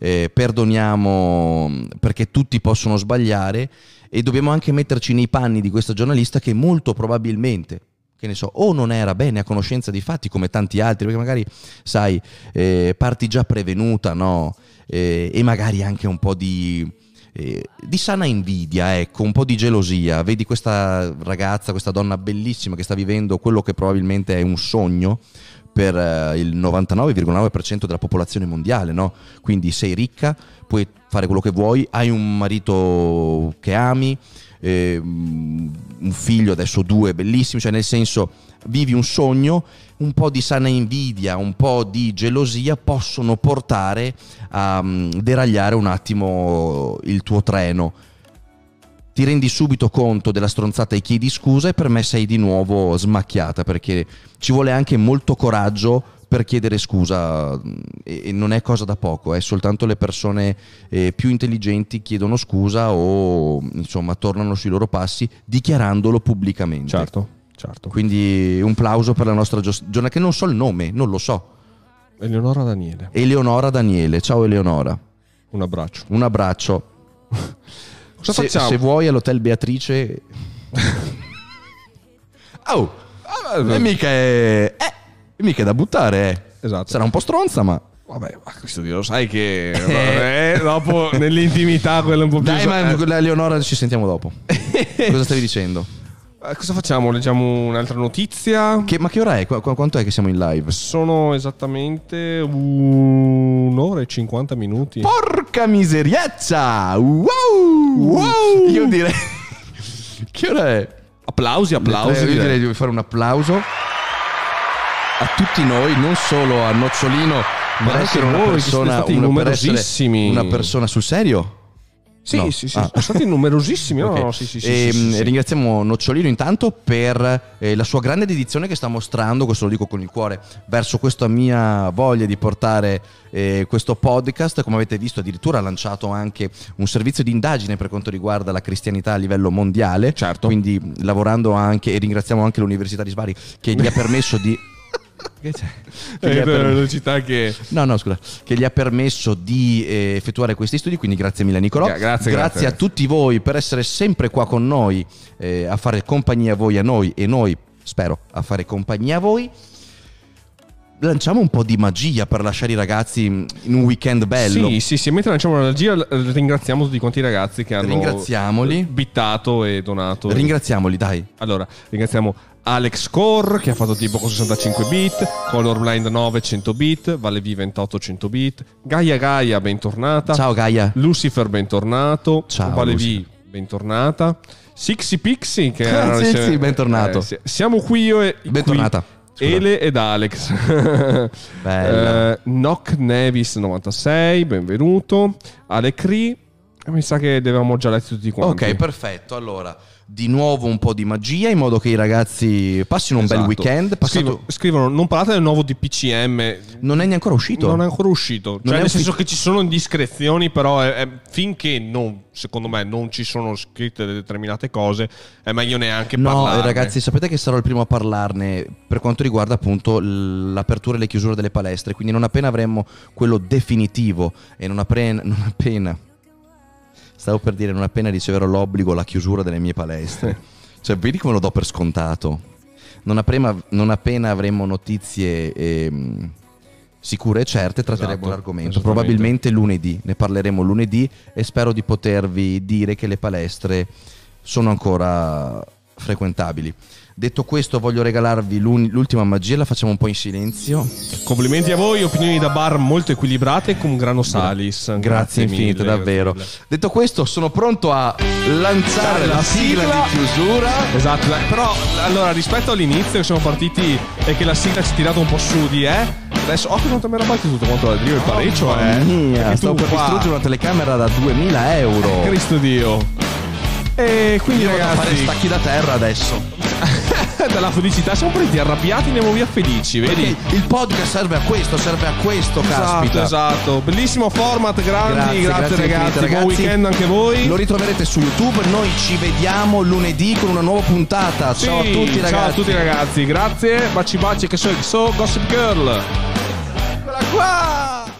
perdoniamo, perché tutti possono sbagliare e dobbiamo anche metterci nei panni di questa giornalista che molto probabilmente, che ne so, o non era bene a conoscenza dei fatti come tanti altri, perché magari, sai, parti già prevenuta, no? E magari anche un po' di sana invidia, ecco, un po' di gelosia. Vedi questa ragazza, questa donna bellissima che sta vivendo quello che probabilmente è un sogno per il 99,9% della popolazione mondiale, no? Quindi sei ricca, puoi fare quello che vuoi, hai un marito che ami, un figlio, adesso 2, bellissimi, cioè nel senso vivi un sogno. Un po' di sana invidia, un po' di gelosia possono portare a deragliare un attimo il tuo treno. Ti rendi subito conto della stronzata e chiedi scusa, e per me sei di nuovo smacchiata, perché ci vuole anche molto coraggio per chiedere scusa, e non è cosa da poco. Soltanto le persone più intelligenti chiedono scusa o insomma tornano sui loro passi dichiarandolo pubblicamente.
Certo.
Quindi un plauso per la nostra giornata, che non so il nome, non lo so.
Eleonora Daniele. Ciao Eleonora. Un abbraccio. Cosa facciamo?
Se vuoi all'Hotel Beatrice. Mica è da buttare.
Esatto.
Sarà un po' stronza, ma
vabbè, ma questo Dio lo sai che dopo nell'intimità quella un po' più.
Dai, ma con Eleonora ci sentiamo dopo. Cosa stavi dicendo?
Cosa facciamo? Leggiamo un'altra notizia.
Ma che ora è? Quanto è che siamo in live?
Sono esattamente 1 ora e 50 minuti.
Porca miseriaccia! Wow! Io direi... Che ora è?
Applausi.
Io direi di fare un applauso a tutti noi, non solo a Nocciolino, ma
anche voi, siete stati numerosissimi.
Una persona sul serio?
Sì, sono stati numerosissimi.
Okay.
Sì.
Ringraziamo Nocciolino intanto per la sua grande dedizione che sta mostrando, questo lo dico con il cuore, verso questa mia voglia di portare questo podcast. Come avete visto, addirittura ha lanciato anche un servizio di indagine per quanto riguarda la cristianità a livello mondiale.
Certo.
Quindi lavorando anche, e ringraziamo anche l'Università di Bari che gli ha permesso di...
Che velocità che...
No, scusa. Che gli ha permesso di effettuare questi studi. Quindi grazie mille Nicolò. Grazie a tutti voi per essere sempre qua con noi, a fare compagnia a voi, a noi, e noi spero, a fare compagnia a voi. Lanciamo un po' di magia per lasciare i ragazzi in un weekend bello.
Sì, mentre lanciamo la magia ringraziamo tutti quanti i ragazzi che hanno bittato e donato.
Ringraziamoli, dai.
Allora, ringraziamo Alex Core che ha fatto tipo con 65 bit, Colorblind 9 100 bit, Valevi 28 100 bit, Gaia bentornata.
Ciao Gaia.
Lucifer bentornato.
Ciao
Valevi bentornata. Sixy Pixie che
sì, bentornato.
Siamo qui io e
bentornata.
Ele ed Alex. Nock Nevis 96, benvenuto. Ale Cree, mi sa che avevamo già letti tutti quanti.
Ok, perfetto. Allora, di nuovo un po' di magia in modo che i ragazzi passino un bel weekend.
Scrivono, non parlate del nuovo DPCM.
Non è neanche ancora uscito.
Non è ancora uscito. Cioè, nel senso che ci sono indiscrezioni, però finché secondo me non ci sono scritte determinate cose, è meglio neanche parlarne.
No, ragazzi, sapete che sarò il primo a parlarne per quanto riguarda appunto l'apertura e le chiusure delle palestre. Quindi non appena avremo quello definitivo e non appena stavo per dire, non appena riceverò l'obbligo, la chiusura delle mie palestre. Cioè, vedi come lo do per scontato. Non appena avremo notizie sicure e certe, tratteremo l'argomento. Probabilmente lunedì, ne parleremo lunedì e spero di potervi dire che le palestre sono ancora frequentabili. Detto questo, voglio regalarvi l'ultima magia, la facciamo un po' in silenzio.
Complimenti a voi, opinioni da bar molto equilibrate con grano salis.
Grazie infinite, davvero. Detto questo, sono pronto a lanciare la sigla di chiusura.
Esatto, però allora rispetto all'inizio che siamo partiti e che la sigla ci ha tirato un po' su di adesso occhio quanto mi era battuto tutto quanto il pareggio
stavo per distruggere una telecamera da 2000 euro.
Cristo Dio. E quindi
io
ragazzi,
vado a fare stacchi da terra adesso.
Dalla felicità siamo partiti arrabbiati, andiamo via felici, vedi?
Perché il podcast serve a questo, caspita.
Esatto, bellissimo format, grazie ragazzi, buon weekend anche voi.
Lo ritroverete su YouTube, noi ci vediamo lunedì con una nuova puntata. Ciao a tutti ragazzi.
Ciao a tutti ragazzi, grazie, baci che so Gossip Girl.
Eccola qua.